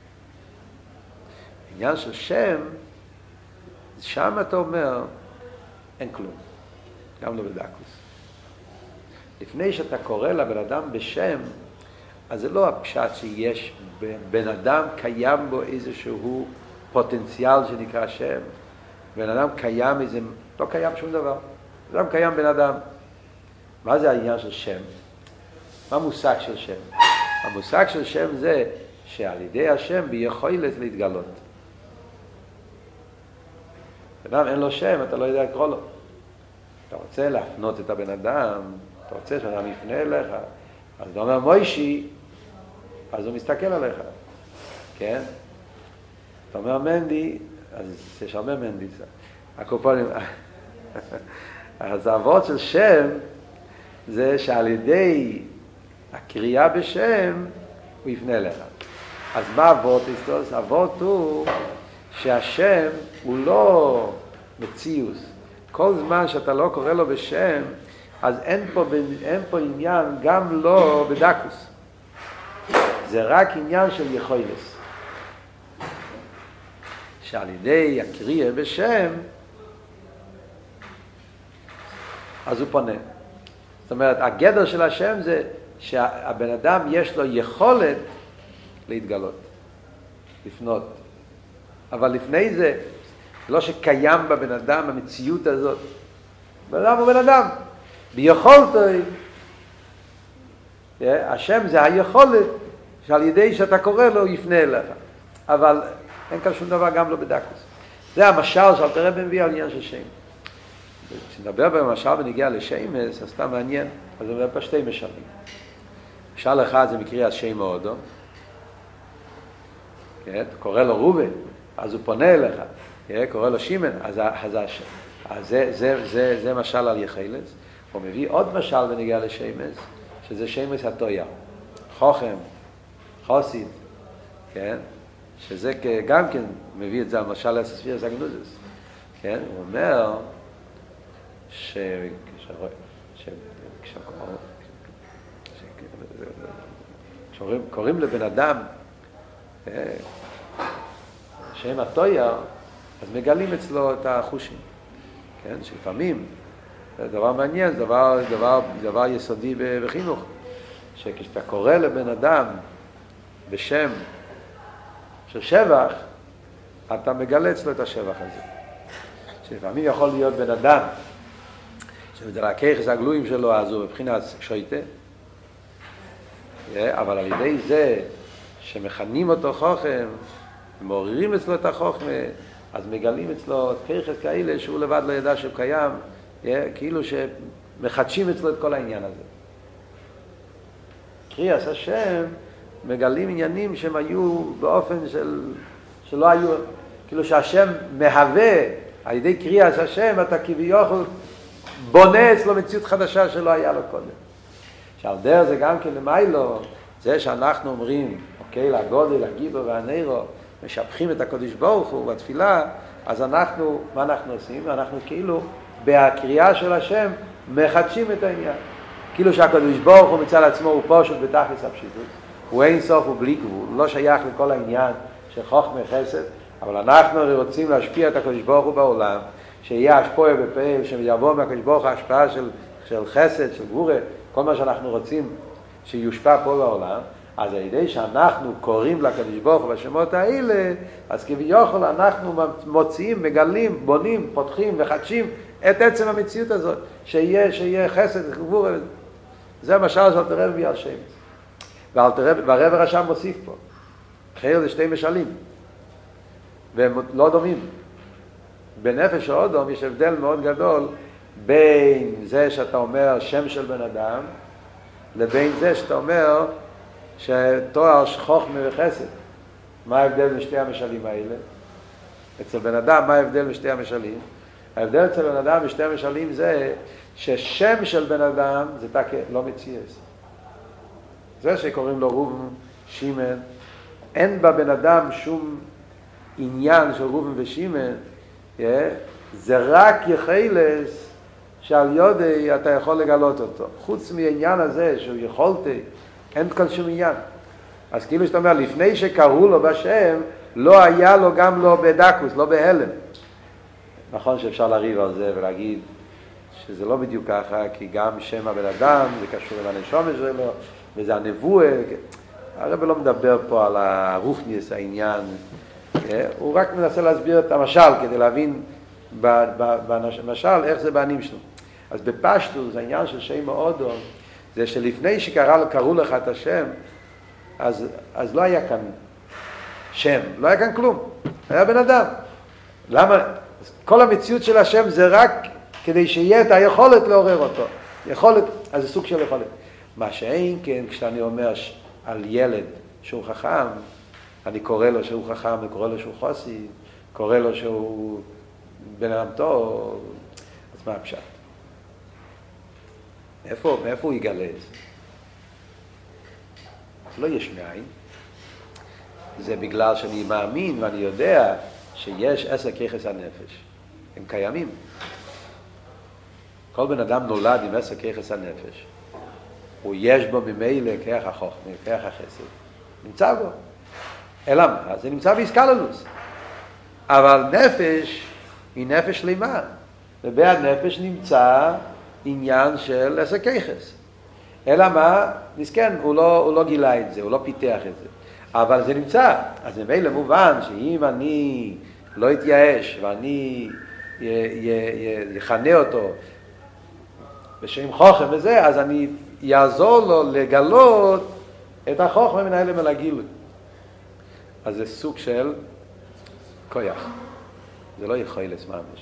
עניין של שם, שם אתה אומר, אין כלום. גם לא בדקוס. לפני שאתה קורא לבן אדם בשם, אז זה לא הפשט שיש בן אדם קיים בו איזשהו פוטנציאל שנקרא שם. בן אדם קיים איזה, לא קיים שום דבר. בן אדם קיים בן אדם. מה זה העניין של שם? מה המושג של שם? המושג של שם זה שעל ידי השם ביכולת להתגלות. בן אדם אין לו שם, אתה לא יודע לקרוא לו. אתה רוצה להפנות את הבן אדם, אתה רוצה שאדם יפנה אליך, אז אתה אומר מוישי, אז הוא מסתכל עליך, כן? אתה אומר מנדי, אז יש הרבה מנדי. הקופונים, אז העבוד של שם זה שעל ידי הקריאה בשם הוא יפנה אליך. אז מה עבוד? עבוד הוא שהשם הוא לא מציאוס. כל זמן שאתה לא קורא לו בשם, אז אין פה, אין פה עניין גם לא בדקוס. זה רק עניין של יכולס. שעל ידי הקריאה בשם, אז הוא פונה. זאת אומרת, הגדר של השם זה שהבן אדם יש לו יכולת להתגלות, לפנות. אבל לפני זה, לא שקיים בבן אדם המציאות הזאת. בן אדם הוא בן אדם. ביכולתו, השם זה היכולת שעל ידי שאתה קורא לו הוא יפנה אליך. אבל אין כאן שום דבר גם לא בדקוס. זה המשל שאלתר רבי מביא על עניין של שם. כשנדבר במשל ונגיע לשמש, אז סתם מעניין, אז זה מדבר פה שתי משלים. משל אחד זה מקריאת שם ההודו, כן? קורא לו ראובן, אז הוא פונה אליך, כן? קורא לו שמעון, אז, אז, אז זה, זה, זה, זה משל על יכולת. הוא מביא עוד משל ונגיע לשמש, שזה שמש התויה, חוכם, חוסיד, כן? שזה גם כן מביא את זה על משל עשר ספירס הגנוזס, כן? הוא אומר ש... כשקוראים לבן אדם שם הטויר, אז מגלים אצלו את החושים. כן? שלפעמים, זה דבר מעניין, זה דבר, דבר, דבר יסודי בחינוך, שכשאתה קורא לבן אדם בשם של שבח, אתה מגלה אצלו את השבח הזה. שלפעמים יכול להיות בן אדם, שבדרכי יחס הגלויים שלו, אז הוא מבחינת שויטה, אבל על ידי זה שמכנים אותו חוכם, מעוררים אצלו את החוכמה, אז מגלים אצלו כיחס כאלה שהוא לבד לא ידע שהוא קיים, כאילו שמחדשים אצלו את כל העניין הזה. קריאס השם מגלים עניינים שהם היו באופן של, שלא היו, כאילו שהשם מהווה, על ידי קריאס השם אתה כביכול בונה אצלו מציאות חדשה שלא היה לו קודם. שעל דרך זה גם כן למיילו, זה שאנחנו אומרים, אוקיי, לגודל, הגיבור והנרו, משבחים את הקדוש ברוך הוא בתפילה, אז אנחנו, מה אנחנו עושים? אנחנו כאילו, בהקריאה של השם, מחדשים את העניין. כאילו שהקדוש ברוך הוא מצד עצמו הוא פשוט בתכלס הפשיטות, הוא אין סוף ובלי גבול, הוא לא שייך לכל העניין של חוכמה חסד, אבל אנחנו רוצים להשפיע את הקדוש ברוך הוא בעולם, שיהיה השפועה בפה, שיבוא מהקדוש ברוך הוא השפעה של, של חסד, של גבורה, כל מה שאנחנו רוצים שיושפע פה בעולם, אז על ידי שאנחנו קוראים לקדוש ברוך הוא בשמות האלה, אז כביכול אנחנו מוציאים, מגלים, בונים, פותחים וחדשים את עצם המציאות הזאת, שיהיה, שיהיה חסד, גבורה. זה המשל של אלתר רבי ביער שמש. והרב הרש"ם מוסיף פה, חייר זה שתי משלים, והם לא דומים. בנפש האודום יש הבדל מאוד גדול בין זה שאתה אומר שם של בן אדם, לבין זה שאתה אומר שתואר חוכמה וחסד. מה ההבדל בין שתי המשלים האלה? אצל בן אדם, מה ההבדל בין שתי המשלים? ההבדל אצל בן אדם בשתי המשלים זה ששם של בן אדם זה תקה, לא מציאס. זה שקוראים לו ראובן, שמעון, אין בבן אדם שום עניין של ראובן ושמעון, זה רק יחילס שעל יודי אתה יכול לגלות אותו. חוץ מהעניין הזה שהוא יכולתי, אין כל שום עניין. אז כאילו שאתה אומר, לפני שקראו לו בשם, לא היה לו גם לא בדקוס, לא בהלם. נכון שאפשר לריב על זה ולהגיד שזה לא בדיוק ככה, כי גם שם הבן אדם זה קשור עם הנשומש שלו, וזה הנבואה. הרב לא מדבר פה על הרוחניס העניין, הוא רק מנסה להסביר את המשל כדי להבין במשל איך זה בענים שלו. אז בפשטוס העניין של שם האודום זה שלפני שקראו לך את השם, אז, אז לא היה כאן שם, לא היה כאן כלום, היה בן אדם. למה? כל המציאות של השם זה רק כדי שיהיה את היכולת לעורר אותו. יכולת, אז זה סוג של יכולת. מה שאין כן, כשאני אומר על ילד שהוא חכם, אני קורא לו שהוא חכם, אני קורא לו שהוא חוסי, קורא לו שהוא בן אדם טוב, אז מה הפשט? מאיפה, מאיפה הוא יגלה את זה? לא יש מאין. זה בגלל שאני מאמין ואני יודע שיש עשר כיחס הנפש. הם קיימים. כל בן אדם נולד עם עשר כיחס הנפש. הוא יש בו ממילא כיח החוכמה, כיח החסד. נמצא בו. אלא מה? זה נמצא באיסקללוס. אבל נפש היא נפש שלמה. ובנפש נמצא עניין של עשר כיחס. אלא מה? מסכן, הוא לא, הוא לא גילה את זה, הוא לא פיתח את זה. אבל זה נמצא. אז ממילא מובן שאם אני לא אתייאש ואני יכנה אותו בשם חוכם וזה, אז אני יעזור לו לגלות את החוכם מן האלה מלהגיל. אז זה סוג של כוח. זה לא יכולת ממש.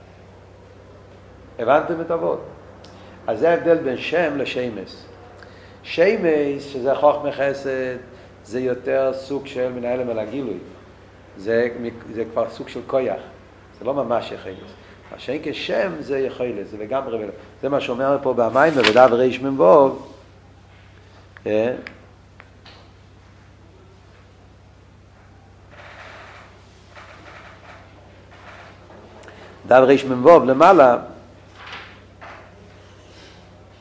הבנתם את אבות? אז זה ההבדל בין שם לשמש. שמש, שזה חוכמה חסד, זה יותר סוג של מנהל מלהגילוי. זה, זה כבר סוג של כוח. זה לא ממש יכולת. מה שאין כשם זה יכולת, זה לגמרי. זה מה שאומר פה במים, בדף ריש ממבוב. דף ריש ממבוב למעלה,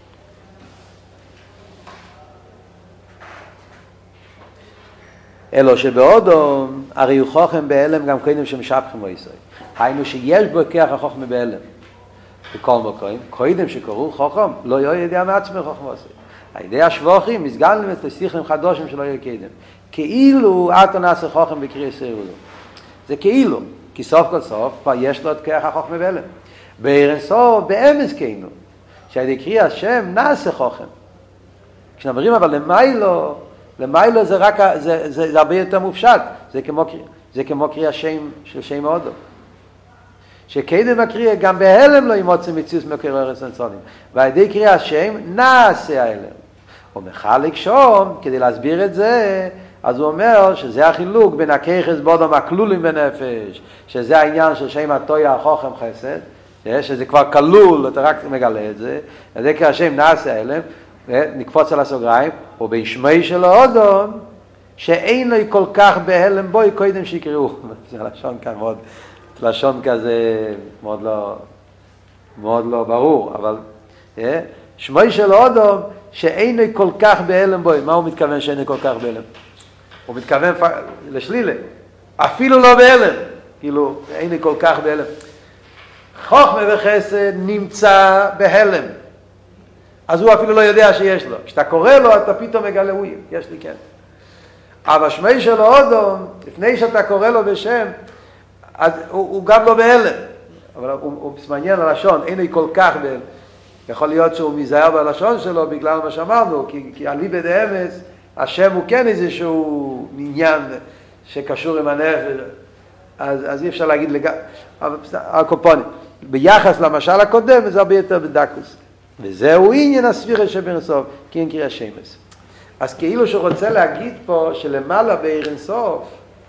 אלו שבאודום, הרי הוא חוכם בהלם גם קודם שמשבחים או ישראל. היינו שיש בו כוח החוכמה בהלם. בכל מקום, קודם שקוראו חוכם, לא יהיה ידיעה מעצמי חוכמה עושה. הידי השבוחים, מסגלים את השיחים חדושים שלא יהיה קדם. כאילו, אתו נעשה חוכם בקריאה סירודו. זה כאילו, כי סוף כל סוף, פה יש לו את כוח החוכמה בהלם. בערן סוף, באמס כאילו, שהידי קריאה השם נעשה חוכם. כשנאמרים אבל למיילו, למיילו זה רק, זה, זה, זה הרבה יותר מופשט. זה כמו, זה כמו קריאה שם של שם הודו. שקדם הקריאה גם בהלם לא ימוצא מציאות מקור ארץ נצונים. והידי קריאה השם נעשה ההלם. הוא מחלק שום, כדי להסביר את זה, אז הוא אומר שזה החילוק בין הכיחס בודום הכלולים בנפש, שזה העניין של שם התויה החוכם חסד, שזה כבר כלול, אתה רק מגלה את זה, הידי קריאה השם נעשה ההלם, נקפוץ על הסוגריים, ובשמי שלו אודום, שאין לו כל כך בהלם בוי קודם שיקראו. זה לשון כאן מאוד, לשון כזה מאוד לא, מאוד לא ברור, אבל שמי שלו אודום, שאין לו כל כך בהלם בוי. מה הוא מתכוון שאין לו כל כך בהלם? הוא מתכוון לשלילה, אפילו לא בהלם, כאילו אין לו כל כך בהלם. חוכמה וחסד נמצא בהלם. אז הוא אפילו לא יודע שיש לו. כשאתה קורא לו, אתה פתאום מגלה, אוי, יש לי כן. אבל שמי שלו אודום, לפני שאתה קורא לו בשם, אז הוא, הוא גם לא בהלם. אבל הוא, הוא מעניין הלשון, אין לי כל כך בהלם. יכול להיות שהוא מזהר בלשון שלו, בגלל מה שאמרנו, כי, כי אליבא דאמס, השם הוא כן איזשהו עניין שקשור עם הנפש. אז, אז אי אפשר להגיד לגמרי. אבל הקופונים, ביחס למשל הקודם, זה הרבה יותר בדקוס. וזהו עניין הספירה שבנסוף, כי אין קריאה שמס. אז כאילו שהוא רוצה להגיד פה שלמעלה באירנסוף,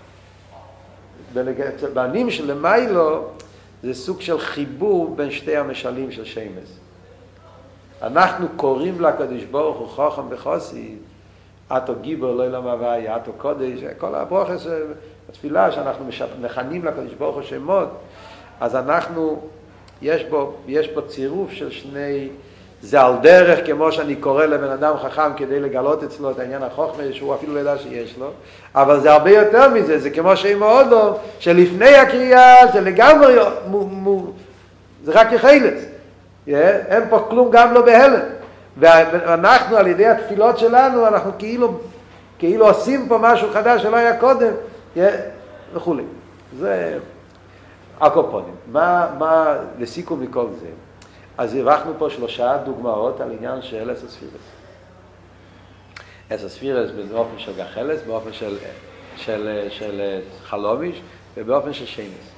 בנים שלמיילו, זה סוג של חיבור בין שתי המשלים של שמס. אנחנו קוראים לקדוש ברוך הוא חוכם בחוסי, אתו גיבור לא אלא מהוויה, אתו קודש, כל הברוכס, התפילה שאנחנו מכנים לקדוש ברוך הוא שמות, אז אנחנו, יש בו, יש בו צירוף של שני, זה על דרך כמו שאני קורא לבן אדם חכם כדי לגלות אצלו את העניין החוכמה שהוא אפילו לא ידע שיש לו, אבל זה הרבה יותר מזה, זה כמו שאם מאוד לא, שלפני הקריאה זה לגמרי, מו, מו, זה רק יחילץ, yeah? אין פה כלום גם לא בהלם, ואנחנו על ידי התפילות שלנו אנחנו כאילו, כאילו עושים פה משהו חדש שלא היה קודם, yeah? וכו'. זה הקופונים. מה, מה לסיכום מכל זה? אז הרווחנו פה שלושה דוגמאות על עניין של עשר ספירס. עשר ספירס באופן של גחלס, באופן של, של, של חלומיש ובאופן של שמס.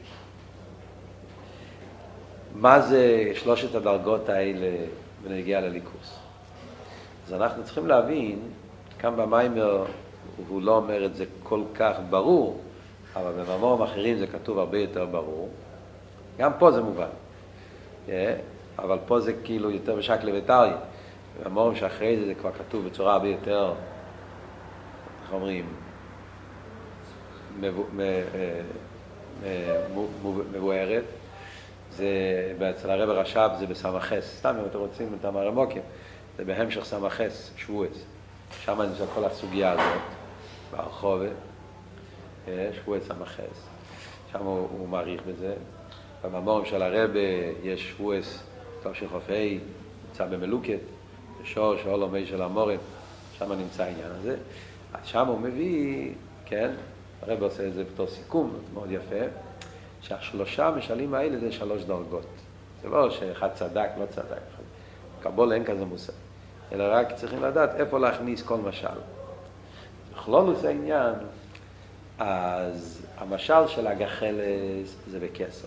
מה זה שלושת הדרגות האלה בנגיעה לליכוס? אז אנחנו צריכים להבין, כאן במיימר הוא לא אומר את זה כל כך ברור, אבל במאמרים אחרים זה כתוב הרבה יותר ברור. גם פה זה מובן. Yeah, אבל פה זה כאילו יותר בשקל וטרי. במאמרים שאחרי זה זה כבר כתוב בצורה הרבה יותר, איך אומרים, מבוארת. זה אצל הרב הרש"ב זה בסמכס, סתם אם אתם רוצים את המרמוקים, זה בהמשך סמכס, שבועץ. שם נמצא כל הסוגיה הזאת, ברחוב, שבועץ סמכס. שם הוא, הוא מעריך בזה. במאמרים של הרב יש שבועס טוב של חופי, נמצא במלוקת, בשור שאול עומי של המורים, שם נמצא העניין הזה. אז שם הוא מביא, כן, הרב עושה את זה בתור סיכום, מאוד יפה, שהשלושה משלים האלה זה שלוש דרגות. זה לא שאחד צדק, לא צדק. קבול אין כזה מושג. אלא רק צריכים לדעת איפה להכניס כל משל. בכלולוס העניין, אז המשל של הגחלס זה בקסר.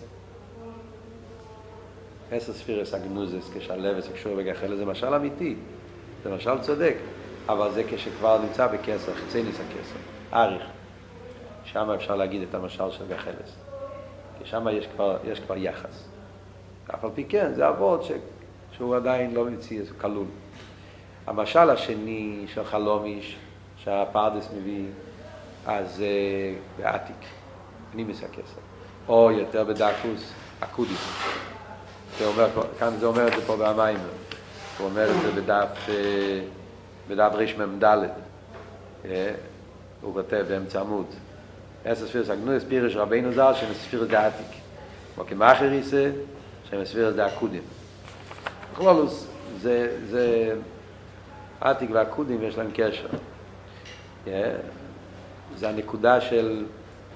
עשר ספירס הגנוזס, כשהלבס הקשור בגחלס, זה משל אמיתי. זה משל צודק. אבל זה כשכבר נמצא בקסר, חצי ניס הקסר. אריך. שם אפשר להגיד את המשל של גחלס. כי שם יש כבר, יש כבר יחס. אף על פי כן, זה עבוד ש... שהוא עדיין לא מציע, זה כלול. המשל השני של חלומיש, שהפרדס מביא, אז זה בעתיק, פנימיס הכסר. או יותר בדקוס, אקודיס. זה אומר, כאן זה אומר את זה פה במים. הוא אומר את זה בדף, בדף ריש ממדלת. הוא כותב באמצע עמוד, עשר ספירס הגנוז, פירש רבינו ז"ל, שם ספירס דה עתיק. כמו כמאחר יישא, שם ספירס דה עקודים. בכלולוס, זה, זה, עתיק והעקודים יש להם קשר. Yeah. זה הנקודה של,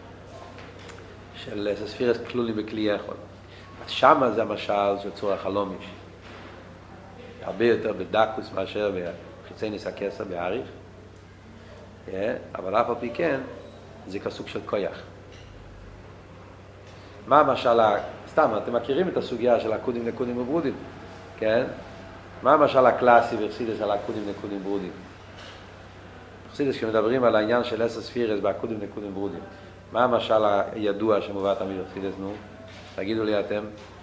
של ספירס כלולים בכלי אחד. אז שמה זה המשל של צור החלומיש. הרבה יותר בדקוס מאשר בחיצי ניס הכסר בעריך. Yeah. אבל אף על פי כן, זה כסוג של כויח. מה המשל, סתם, אתם מכירים את הסוגיה של עקודים, נקודים וברודים, כן? מה המשל הקלאסי בחסידות על עקודים, נקודים וברודים? בחסידות כשמדברים על העניין של עשר ספירס בעקודים, נקודים וברודים, מה המשל הידוע שמובא תמיד בחסידות? נו, תגידו לי אתם.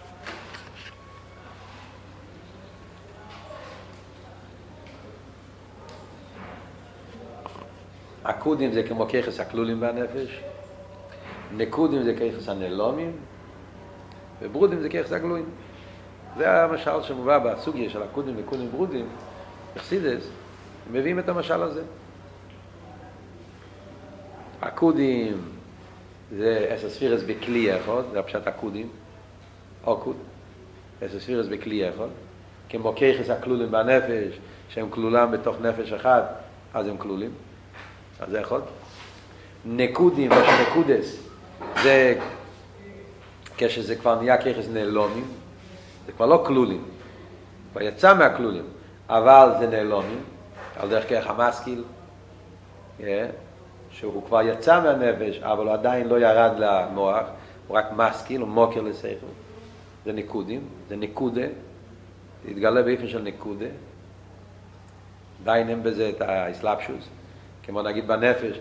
עקודים זה כמו כיחס הכלולים בנפש, נקודים זה כיחס הנעלומים, וברודים זה כיחס הגלויים. זה המשל שמובא בסוגיה של עקודים, נקודים, ברודים, בחסידות, מביאים את המשל הזה. עקודים זה עשר ספירס בכלי אחד, זה הפשט עקודים, עקוד, עשר ספירס בכלי אחד, כמו כיחס הכלולים בנפש, שהם כלולם בתוך נפש אחד, אז הם כלולים. אז זה אחד. נקודים, מה שנקודס, זה כשזה כבר נהיה כיחס נעלומים, זה כבר לא כלולים, כבר יצא מהכלולים, אבל זה נעלומים, על דרך כרך המשכיל, yeah, שהוא כבר יצא מהנפש, אבל הוא עדיין לא ירד למוח, הוא רק משכיל, הוא מוקר לשכל. זה נקודים, זה נקודה, זה התגלה באופן של נקודה, עדיין הם בזה את האסלאפשוס, כמו נגיד בנפש,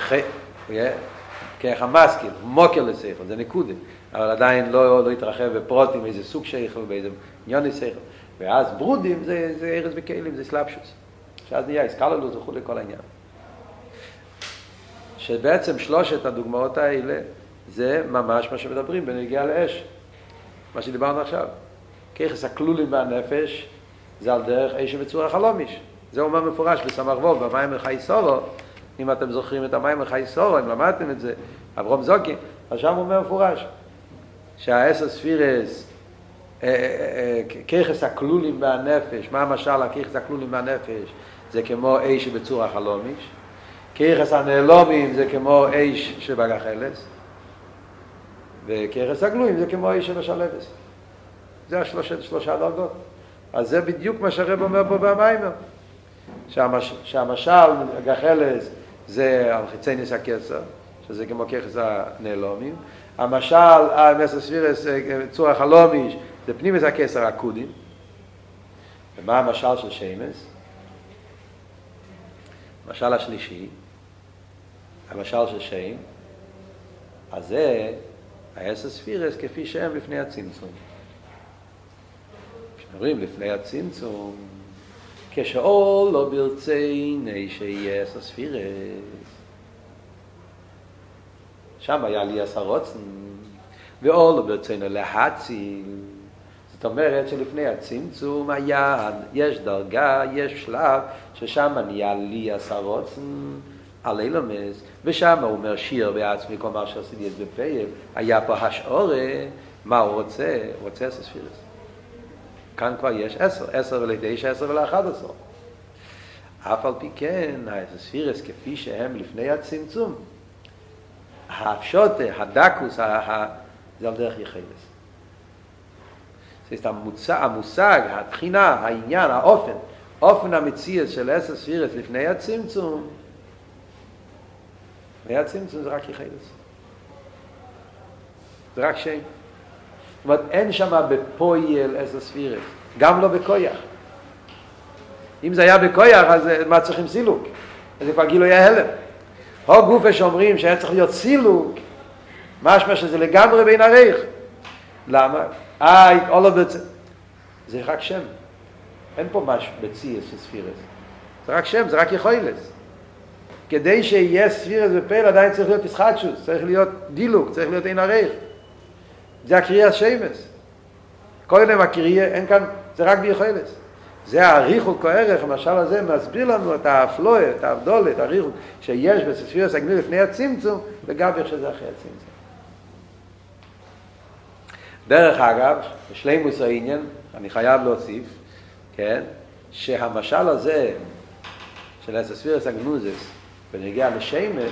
כרך המשכיל, הוא מוקר לשכל, זה נקודה, אבל עדיין לא, לא התרחב בפרוטים, איזה סוג שכל, באיזה עניון שכל. ואז ברודים זה, זה ארז בכלים, זה אסלאפשוס. שאז נהיה, הסקללוס וכו' לכל העניין. שבעצם שלושת הדוגמאות האלה, זה ממש מה שמדברים בנגיעה לאש. מה שדיברנו עכשיו. כיחס הכלולים מהנפש, זה על דרך אש בצורה חלומיש. זה אומר מפורש בסמ"ך ווב, במים חי סורו, אם אתם זוכרים את המים חי סורו, אם למדתם את זה, אברהם זוקי, אז שם הוא אומר מפורש, שהעשר ספירס, כיחס הכלולים מהנפש, מה המשל הכיחס הכלולים מהנפש? זה כמו אש בצורה חלומיש. כיחס הנעלומים זה כמו אש שבגחלס. וכיחס הגלויים זה כמו אש שבשלבס. זה השלושה, שלושה דרגות. אז זה בדיוק מה שהרב אומר פה במיימר. שהמש, שהמשל, הגחלס, זה על חיצי ניס הכסר, שזה כמו כיחס הנעלומים. המשל, המסר ספירס, צורה חלומיש, זה פנימס הכסר הקודים. ומה המשל של שמס? המשל השלישי, המשל של שם, אז זה העשר ספירס כפי שהם לפני הצמצום. כשמדברים לפני הצמצום, כשאול לא ברציני שיהיה עשר ספירס. שם היה לי עשר רוצן, ואול לא ברציני להציל. זאת אומרת שלפני הצמצום היה, יש דרגה, יש שלב, ששם נהיה לי עשר רוצן, על אילומס, ושם הוא אומר שיר בעצמי, כל מה שעשיתי את בפייב, היה פה השעורה, מה הוא רוצה? הוא רוצה עשר ספירס. כאן כבר יש עשר, עשר ולתשע, עשר ולאחד עשר. אף על פי כן, העשר ספירס כפי שהם לפני הצמצום, הפשוטה, הדקוס, זה על דרך יחילס. זאת אומרת, המושג, התחינה, העניין, האופן, אופן המציאות של עשר ספירס לפני הצמצום, לפני הצמצום זה רק יחילס. זה רק שם. זאת אומרת, אין שם בפויל עשר ספירס, גם לא בכויח. אם זה היה בכויח, אז מה צריכים סילוק? אז זה כבר גילו היה הלם. הו גופה שאומרים שהיה צריך להיות סילוק, משמע שזה לגמרי בין הרייך. למה? אה, אולו בצ... זה רק שם. אין פה משהו בציאס של ספירס. זה רק שם, זה רק יכולס. כדי שיהיה ספירס בפייל, עדיין צריך להיות ישחטשוס, צריך להיות דילוק, צריך להיות אין הרייך. זה הקריאה שמס. כל אלה מהקריאה, אין כאן, זה רק ביכולס. זה הריחוק כערך, המשל הזה מסביר לנו את האפלואה, את ההבדולה, את הריחוק שיש בספירס הגנוזס לפני הצמצום, וגם איך שזה אחרי הצמצום. דרך אגב, בשלימוס העניין, אני חייב להוסיף, כן, שהמשל הזה של הספירס הגנוזס ונגיע לשיימס,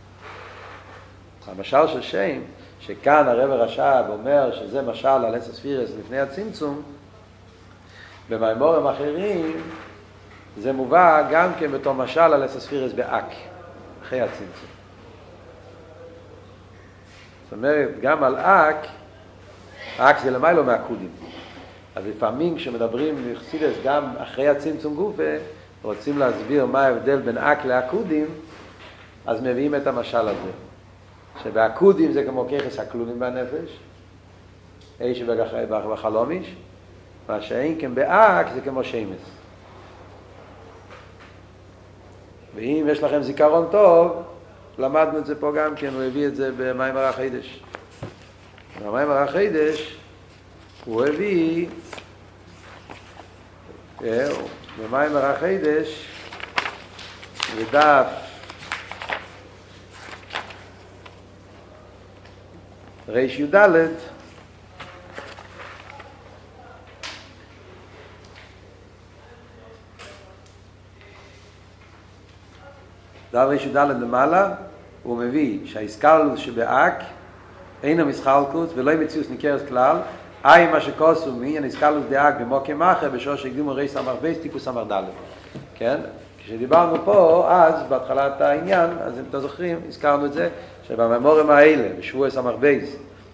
המשל של שיים, שכאן הרב רש"ב אומר שזה משל על הספירס לפני הצמצום, במאמרים אחרים זה מובא גם כן בתור משל על הספירס באק, אחרי הצמצום. זאת אומרת, גם על אק, האק זה למיילו מהקודים. אז לפעמים כשמדברים בחסידות גם אחרי הצמצום גופה, רוצים להסביר מה ההבדל בין אק לאקודים, אז מביאים את המשל הזה. שבאקודים זה כמו ככס הכלולים בנפש, אי שבחלומיש, מה שאין כן באק זה כמו שיימס. ואם יש לכם זיכרון טוב, למדנו את זה פה גם כן, הוא הביא את זה במאמר החידש. במאמר החידש הוא הביא, במאמר החידש, בדף ריש י"ד, דף ריש י"ד למעלה, הוא מביא שהאיסקלוס שבאק אין המסחלקוס ולא מציאוס ניכרת כלל, אי מה שכוסו מעניין איסקלוס דאק במוקם אחר בשור שהקדימו רי סמך בייס טיפוס סמך ד'. כן? כשדיברנו פה, אז בהתחלת העניין, אז אם אתם זוכרים, הזכרנו את זה, שבממורים האלה, בשבוע סמך בייס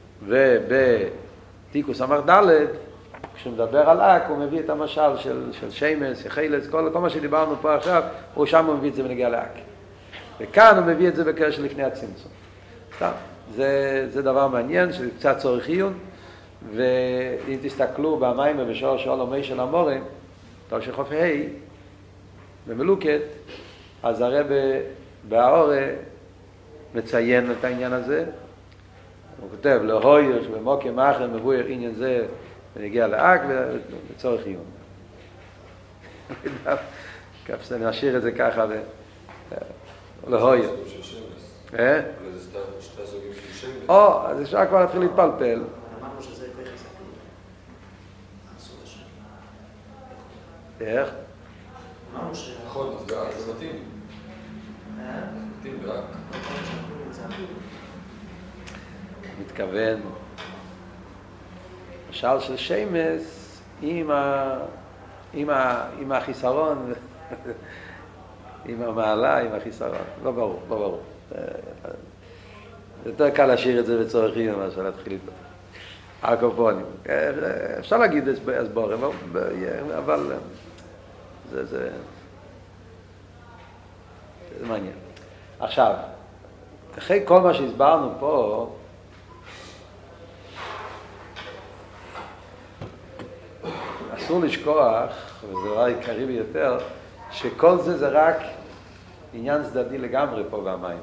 ובתיקוס סמך ד', כשהוא מדבר על אק, הוא מביא את המשל של, של שיימס, חילס, כל, כל מה שדיברנו פה עכשיו, הוא שם הוא מביא את זה ונגיע לאק. וכאן הוא מביא את זה בקשר לפני הצמצום. זה, זה דבר מעניין, שזה קצת צורך עיון, ואם תסתכלו במים ובשור שאול עומי של המורים, תור שחוף ה' במלוקת, אז הרב באורה מציין את העניין הזה, הוא כותב, להויר שבמוקם אחר מבואר עניין זה ונגיע לאק וצורך עיון. אני אשאיר את זה ככה ולהויר. אה? או, אז אפשר כבר להתחיל להתפלפל. אמרנו שזה ככס הכלולים. הסוד השני. איך? אמרנו ש... נכון, אז באק זה מתאים. מתאים באק. מתכוון, משל של שיימס עם, ה... עם, ה... עם החיסרון, עם המעלה, עם החיסרון. לא ברור, לא ברור. זה יותר קל להשאיר את זה בצורך עיון מאשר להתחיל איתו. הקופונים. אפשר להגיד הסבור, אבל זה, זה, זה מעניין. עכשיו, אחרי כל מה שהסברנו פה, אסור לשכוח, וזה דבר עיקרי ביותר, שכל זה זה רק עניין צדדי לגמרי פה במיימר.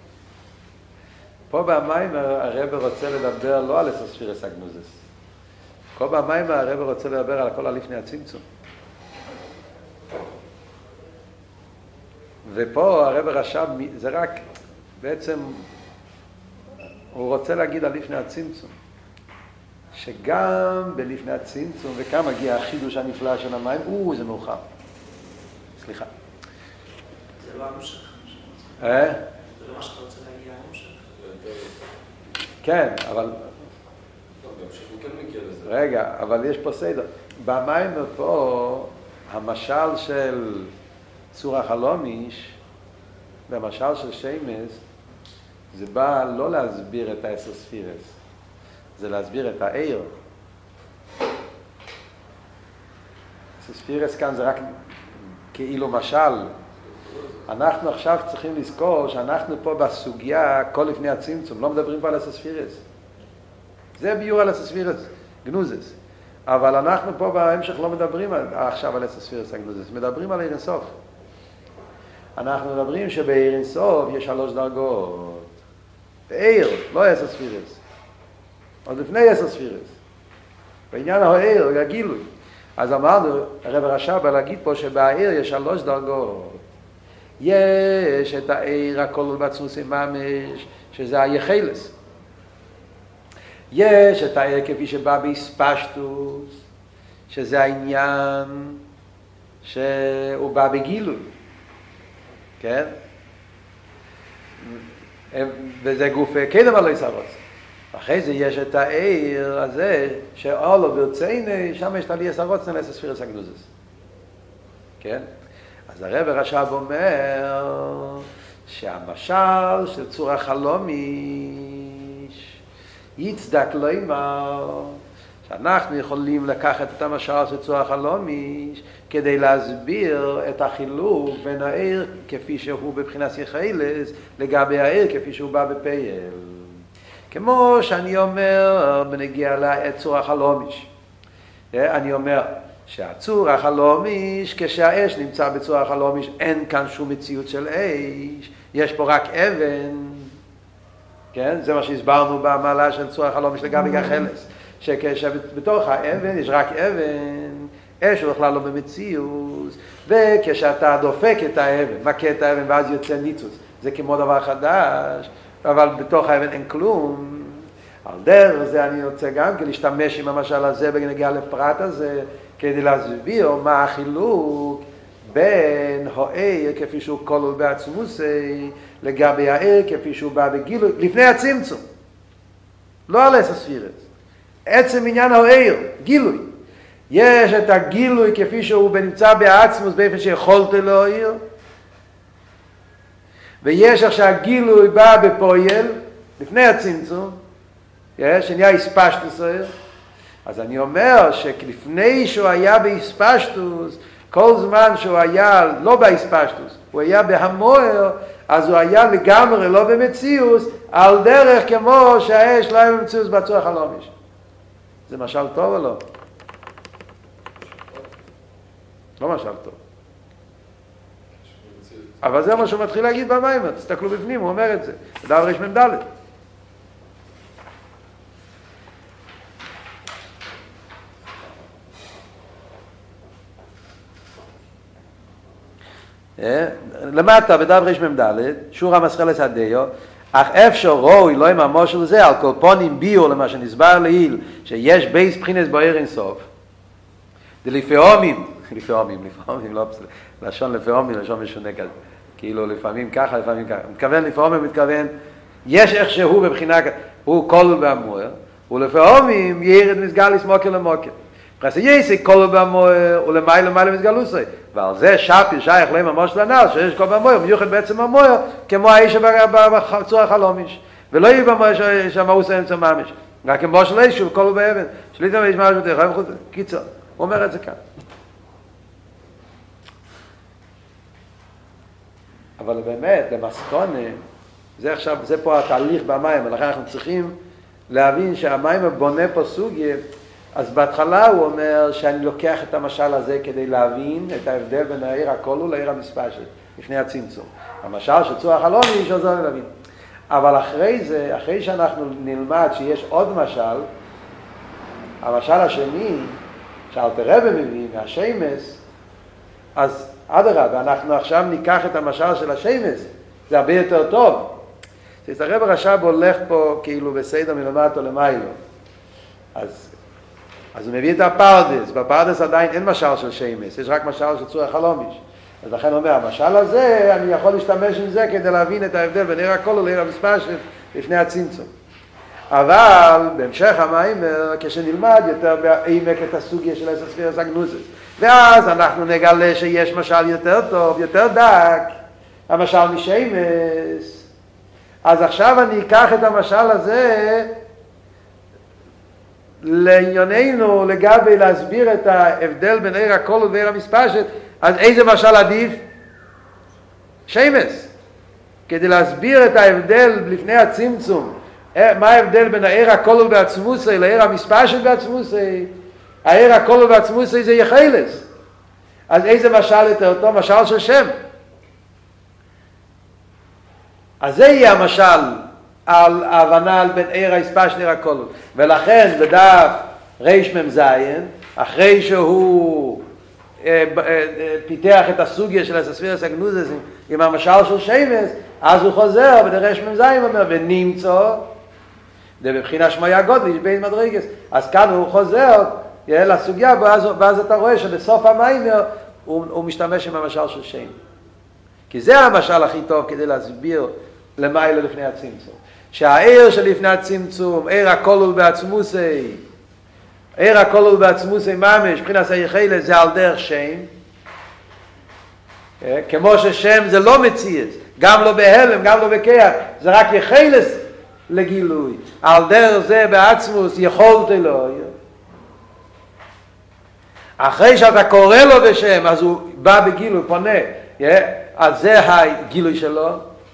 פה במיימר הרב רוצה לדבר לא על הספירס הגנוזס. פה במיימר הרב רוצה לדבר על הכל לפני הצמצום. ופה הרב רשב, זה רק בעצם, הוא רוצה להגיד על לפני הצמצום. שגם בלפני הצמצום, וכאן מגיע החידוש הנפלא של המים, או, זה מאוחר. סליחה. זה לא המשך. אה? זה לא מה שאתה רוצה להגיע המשך. כן, אבל... כן מגיע לזה. רגע, אבל יש פה סדר. במים פה, המשל של צור החלומיש, והמשל של שיימס, זה בא לא להסביר את העשר ספירס, זה להסביר את העיר. עשר ספירס כאן זה רק כאילו משל. אנחנו עכשיו צריכים לזכור שאנחנו פה בסוגיה כל לפני הצמצום, לא מדברים פה על עשר ספירס. זה ביור על עשר ספירס, גנוזס. אבל אנחנו פה בהמשך לא מדברים עכשיו על עשר ספירס הגנוזס, מדברים על עיר אינסוף. אנחנו מדברים שבעיר אינסוף יש שלוש דרגות. בעיר, לא עשר ספירס. עוד לפני עשר ספירס. בעניין העיר, הגילוי. אז אמרנו, הרב רש"ב בא להגיד פה שבעיר יש שלוש דרגות. יש את העיר הכולל בעצמוס ממש, שזה היחלס. יש את העיר כפי שבא בהספשטוס, שזה העניין שהוא בא בגילוי. כן? וזה גוף קדם עלי סרוץ. אחרי זה יש את העיר הזה, שאולו ברציני, שם יש את עלי סרוץ, נלס הספירס הגנוזס. כן? אז הרב רש"ב אומר שהמשל של צור החלומיש יצדק לומר שאנחנו יכולים לקחת את המשל של צור החלומיש כדי להסביר את החילוק בין העיר כפי שהוא בבחינת יחילס לגבי העיר כפי שהוא בא בפייל. כמו שאני אומר בנגיע לצור החלומיש. אני אומר שהצור החלומיש, כשהאש נמצא בצור החלומיש, אין כאן שום מציאות של אש, יש פה רק אבן, כן? זה מה שהסברנו במעלה של צור החלומיש לגבי החלס, שכשבתוך האבן יש רק אבן, אש הוא בכלל לא במציאות, וכשאתה דופק את האבן, מכה את האבן ואז יוצא ניצוץ, זה כמו דבר חדש, אבל בתוך האבן אין כלום. על דרך זה אני רוצה גם כן להשתמש עם המשל הזה בנגיע לפרט הזה, כדי להסביר מה החילוק בין העיר כפי שהוא כולל בעצמוסי לגבי העיר כפי שהוא בא בגילוי לפני הצמצום, לא על עשר ספירס, עצם עניין העיר, גילוי. יש את הגילוי כפי שהוא נמצא בעצמוס באופן שיכולת להעיר, ויש עכשיו הגילוי בא בפועל לפני הצמצום, שנהיה הספשטוס העיר. אז אני אומר שלפני שהוא היה בהספשטוס, כל זמן שהוא היה לא בהספשטוס, הוא היה בהמוער, אז הוא היה לגמרי לא במציאוס, על דרך כמו שהאש לא היה במציאוס בצור החלומיש. זה משל טוב או לא? לא משל טוב. אבל זה מה שהוא מתחיל להגיד במיימר, תסתכלו בפנים, הוא אומר את זה. בדף רמ"ד. למטה בדף רמ"ד, שורה מסחלת הדיו, אך אפשר רואי לא עם המושל הזה, על כל פונים ביור למה שנסבר לעיל, שיש בייס בחינס בעיר אינסוף. דלפעומים, לפעומים, לפעומים, לא בסדר, לשון לפעומים, לשון משונה כזה, כאילו לפעמים ככה, לפעמים ככה. מתכוון לפעומים, מתכוון, יש איך שהוא בבחינה, הוא כולל באמור, ולפעומים ירד מסגליס מוקר למוקר. פרס יסק כולל באמור, ולמעלה למעלה מסגלוסי. ועל זה שפי שייך להם המושל הנ"ל, שיש כל באמור, מיוחד בעצם המור, כמו האיש בצור החלומיש. ולא יהיה באמור שהמאוס האמצע ממש. רק כמו של איש, כולל באבן. שליטה ויש ממש בתך, קיצור. הוא אומר את זה כאן. אבל באמת, למסקונה, זה עכשיו, זה פה התהליך במים, ולכן אנחנו צריכים להבין שהמים בונה פה סוגיה, אז בהתחלה הוא אומר שאני לוקח את המשל הזה כדי להבין את ההבדל בין העיר הכלול לעיר המספשת, לפני הצמצום. המשל של צור החלומיש עוזר להבין. אבל אחרי זה, אחרי שאנחנו נלמד שיש עוד משל, המשל השני, שאלתר רבי מביא מהשמש, אז אדרבה, אנחנו עכשיו ניקח את המשל של השמש, זה הרבה יותר טוב. אז הרב רש"ב הולך פה כאילו בסדר מלמטה למיילו. אז, אז הוא מביא את הפרדס, בפרדס עדיין אין משל של שמש, יש רק משל של צור החלומיש. אז לכן הוא אומר, המשל הזה, אני יכול להשתמש עם זה כדי להבין את ההבדל בין עיר הכלול לעיר המספשת לפני הצמצום. אבל בהמשך המיימר, כשנלמד יותר בעמק את הסוגיה של עשר ספירס הגנוזס, ואז אנחנו נגלה שיש משל יותר טוב, יותר דק, המשל משמש. אז עכשיו אני אקח את המשל הזה לענייננו לגבי להסביר את ההבדל בין עיר הכלול ועיר המספשת. אז איזה משל עדיף? שמש. כדי להסביר את ההבדל לפני הצמצום, מה ההבדל בין העיר הכלול בעצמוסי לעיר המספשת בעצמוסי? העיר הכלול בעצמוסי זה יחילס. אז איזה משל יותר טוב? משל של שם. אז זה יהיה המשל על ההבנה בין עיר המספשת לעיר הכלול. ולכן בדף רמ"ז אחרי שהוא פיתח את הסוגיה של הספירס הגנוזס עם המשל של שמש, אז הוא חוזר בדרש ממזיים אומר, ונמצא, זה בבחינה שמיה גודליש בין מדרגס, אז כאן הוא חוזר לסוגיה, ואז, ואז אתה רואה שבסוף המיימר הוא, הוא משתמש עם המשל של שם. כי זה המשל הכי טוב כדי להסביר למעלה לפני הצמצום. שהעיר שלפני הצמצום, עיר הכולל בעצמוסי, עיר הכולל בעצמוסי ממש, מבחינת היחילה זה על דרך שם, כמו ששם זה לא מציאות, גם לא בהלם, גם לא בכיח, זה רק יחילס לגילוי. על דרך זה בעצמוס יכולת לו. אחרי שאתה קורא לו בשם, אז הוא בא בגילוי, פונה, אז זה הגילוי שלו.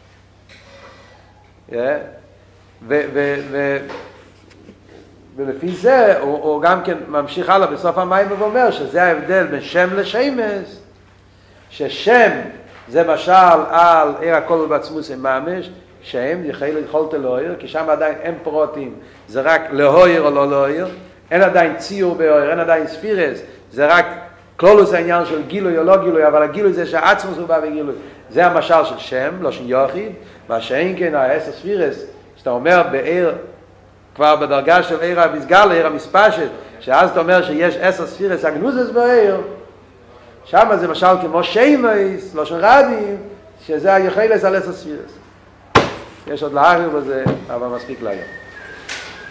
ולפי זה הוא גם כן ממשיך הלאה בסוף המים ואומר שזה ההבדל בין שם לשמש, ששם זה משל על עיר הכל בעצמוס ממש, שם יחיל יכולת להויר, כי שם עדיין אין פרוטים, זה רק להויר או לא להויר, אין עדיין ציור בהויר, אין עדיין ספירס, זה רק כלולוס העניין של גילוי או לא גילוי, אבל הגילוי זה שהעצמוס הוא בא בגילוי, זה המשל של שם, לא של יוחיד, מה שאין כן העשר ספירס, שאתה אומר בעיר, כבר בדרגה של עיר המסגל, עיר המספשת, שאז אתה אומר שיש עשר ספירס הגנוזס בעיר, שם זה משל כמו שמש, לא של רבים, שזה היחילס על עשר ספירס. יש עוד להרחיב בזה, אבל מספיק להיום.